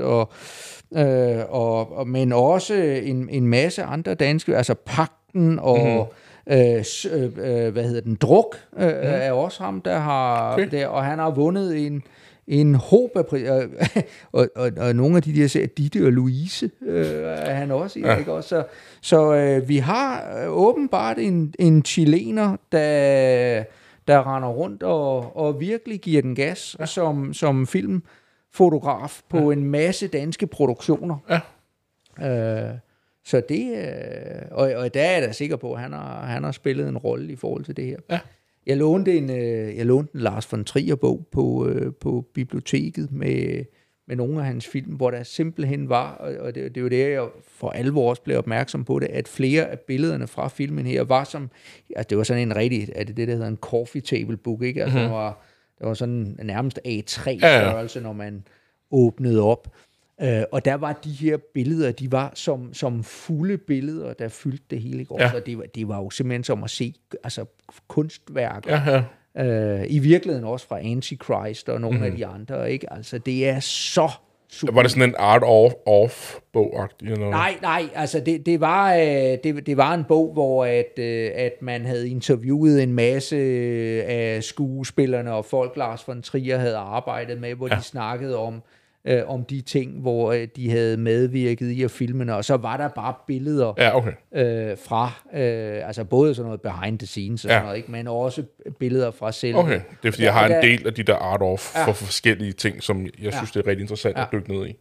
men også en masse andre danske, altså Pagten og Druk er også ham, der har der, og han har vundet en håb af og nogle af de der serier, Ditte og Louise, er han også i, ikke også? Så vi har åbenbart en chilener, der render rundt og virkelig giver den gas som filmfotograf på en masse danske produktioner. Så det, og der er jeg da sikker på, at han har spillet en rolle i forhold til det her. Ja. Jeg lånte en Lars von Trier-bog på biblioteket med nogle af hans film, hvor der simpelthen var, og det er jo det, jeg for alvor også blev opmærksom på det, at flere af billederne fra filmen her var som, altså det var sådan en rigtig, er det der hedder en coffee table book, ikke? Altså det var sådan nærmest A3-størrelse, når man åbnede op. Og der var de her billeder, de var som fulde billeder, der fyldte det hele, ikke? Og det var jo simpelthen som at se altså kunstværker. I virkeligheden også fra Antichrist og nogle af de andre, ikke? Altså det er så super. Var det sådan en art of bog-agtig eller noget? Nej, altså det var en bog, hvor at man havde interviewet en masse af skuespillerne og folk, Lars von Trier havde arbejdet med, hvor de snakkede om de ting, hvor de havde medvirket i at filmene, og så var der bare billeder fra, altså både sådan noget behind the scenes og sådan noget, ikke? Men også billeder fra selv. Okay, det er fordi, jeg har en del af de der art of for forskellige ting, som jeg synes, det er rigtig interessant at dykke ned i.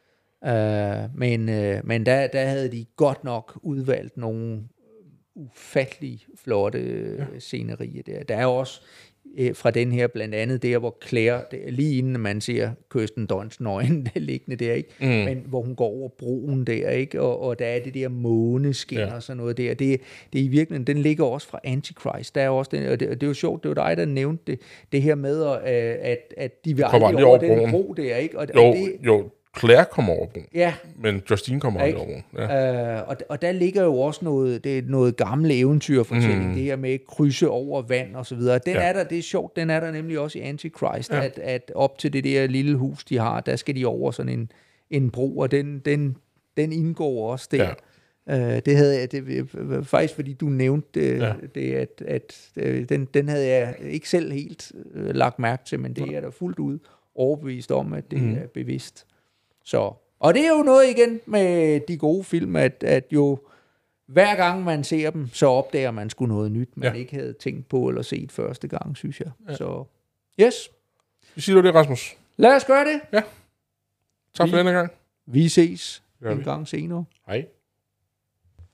Men der havde de godt nok udvalgt nogle ufattelig flotte scenerier der. Der er også fra den her, blandt andet der, hvor Claire, lige inden man ser Kirsten Dunst nøgen liggende der, ikke? Men hvor hun går over broen der, ikke? Og der er det der måneskin og sådan noget der. Det er i virkeligheden, den ligger også fra Antichrist. Der er også den, og det er jo sjovt, det var dig, der nævnte det her med, at de vil aldrig over den bro der, ikke? Jo, Claire kommer over broen, men Justine kommer aldrig over broen. Og der ligger jo også noget gamle eventyrfortælling, det her med krydse over vand og så videre. Den er der, det er sjovt, den er der nemlig også i Antichrist, at op til det der lille hus, de har, der skal de over sådan en bro, og den indgår også der. Det havde jeg, faktisk fordi du nævnte det, at den havde jeg ikke selv helt lagt mærke til, men det er der fuldt ud overbevist om, at det er bevidst. Så, og det er jo noget igen med de gode film, at jo hver gang man ser dem, så opdager man sgu noget nyt, man ikke havde tænkt på eller set første gang, synes jeg. Så, yes. Siger du det, Rasmus? Lad os gøre det. Ja. Tak for denne gang. Vi ses en gang senere. Hej.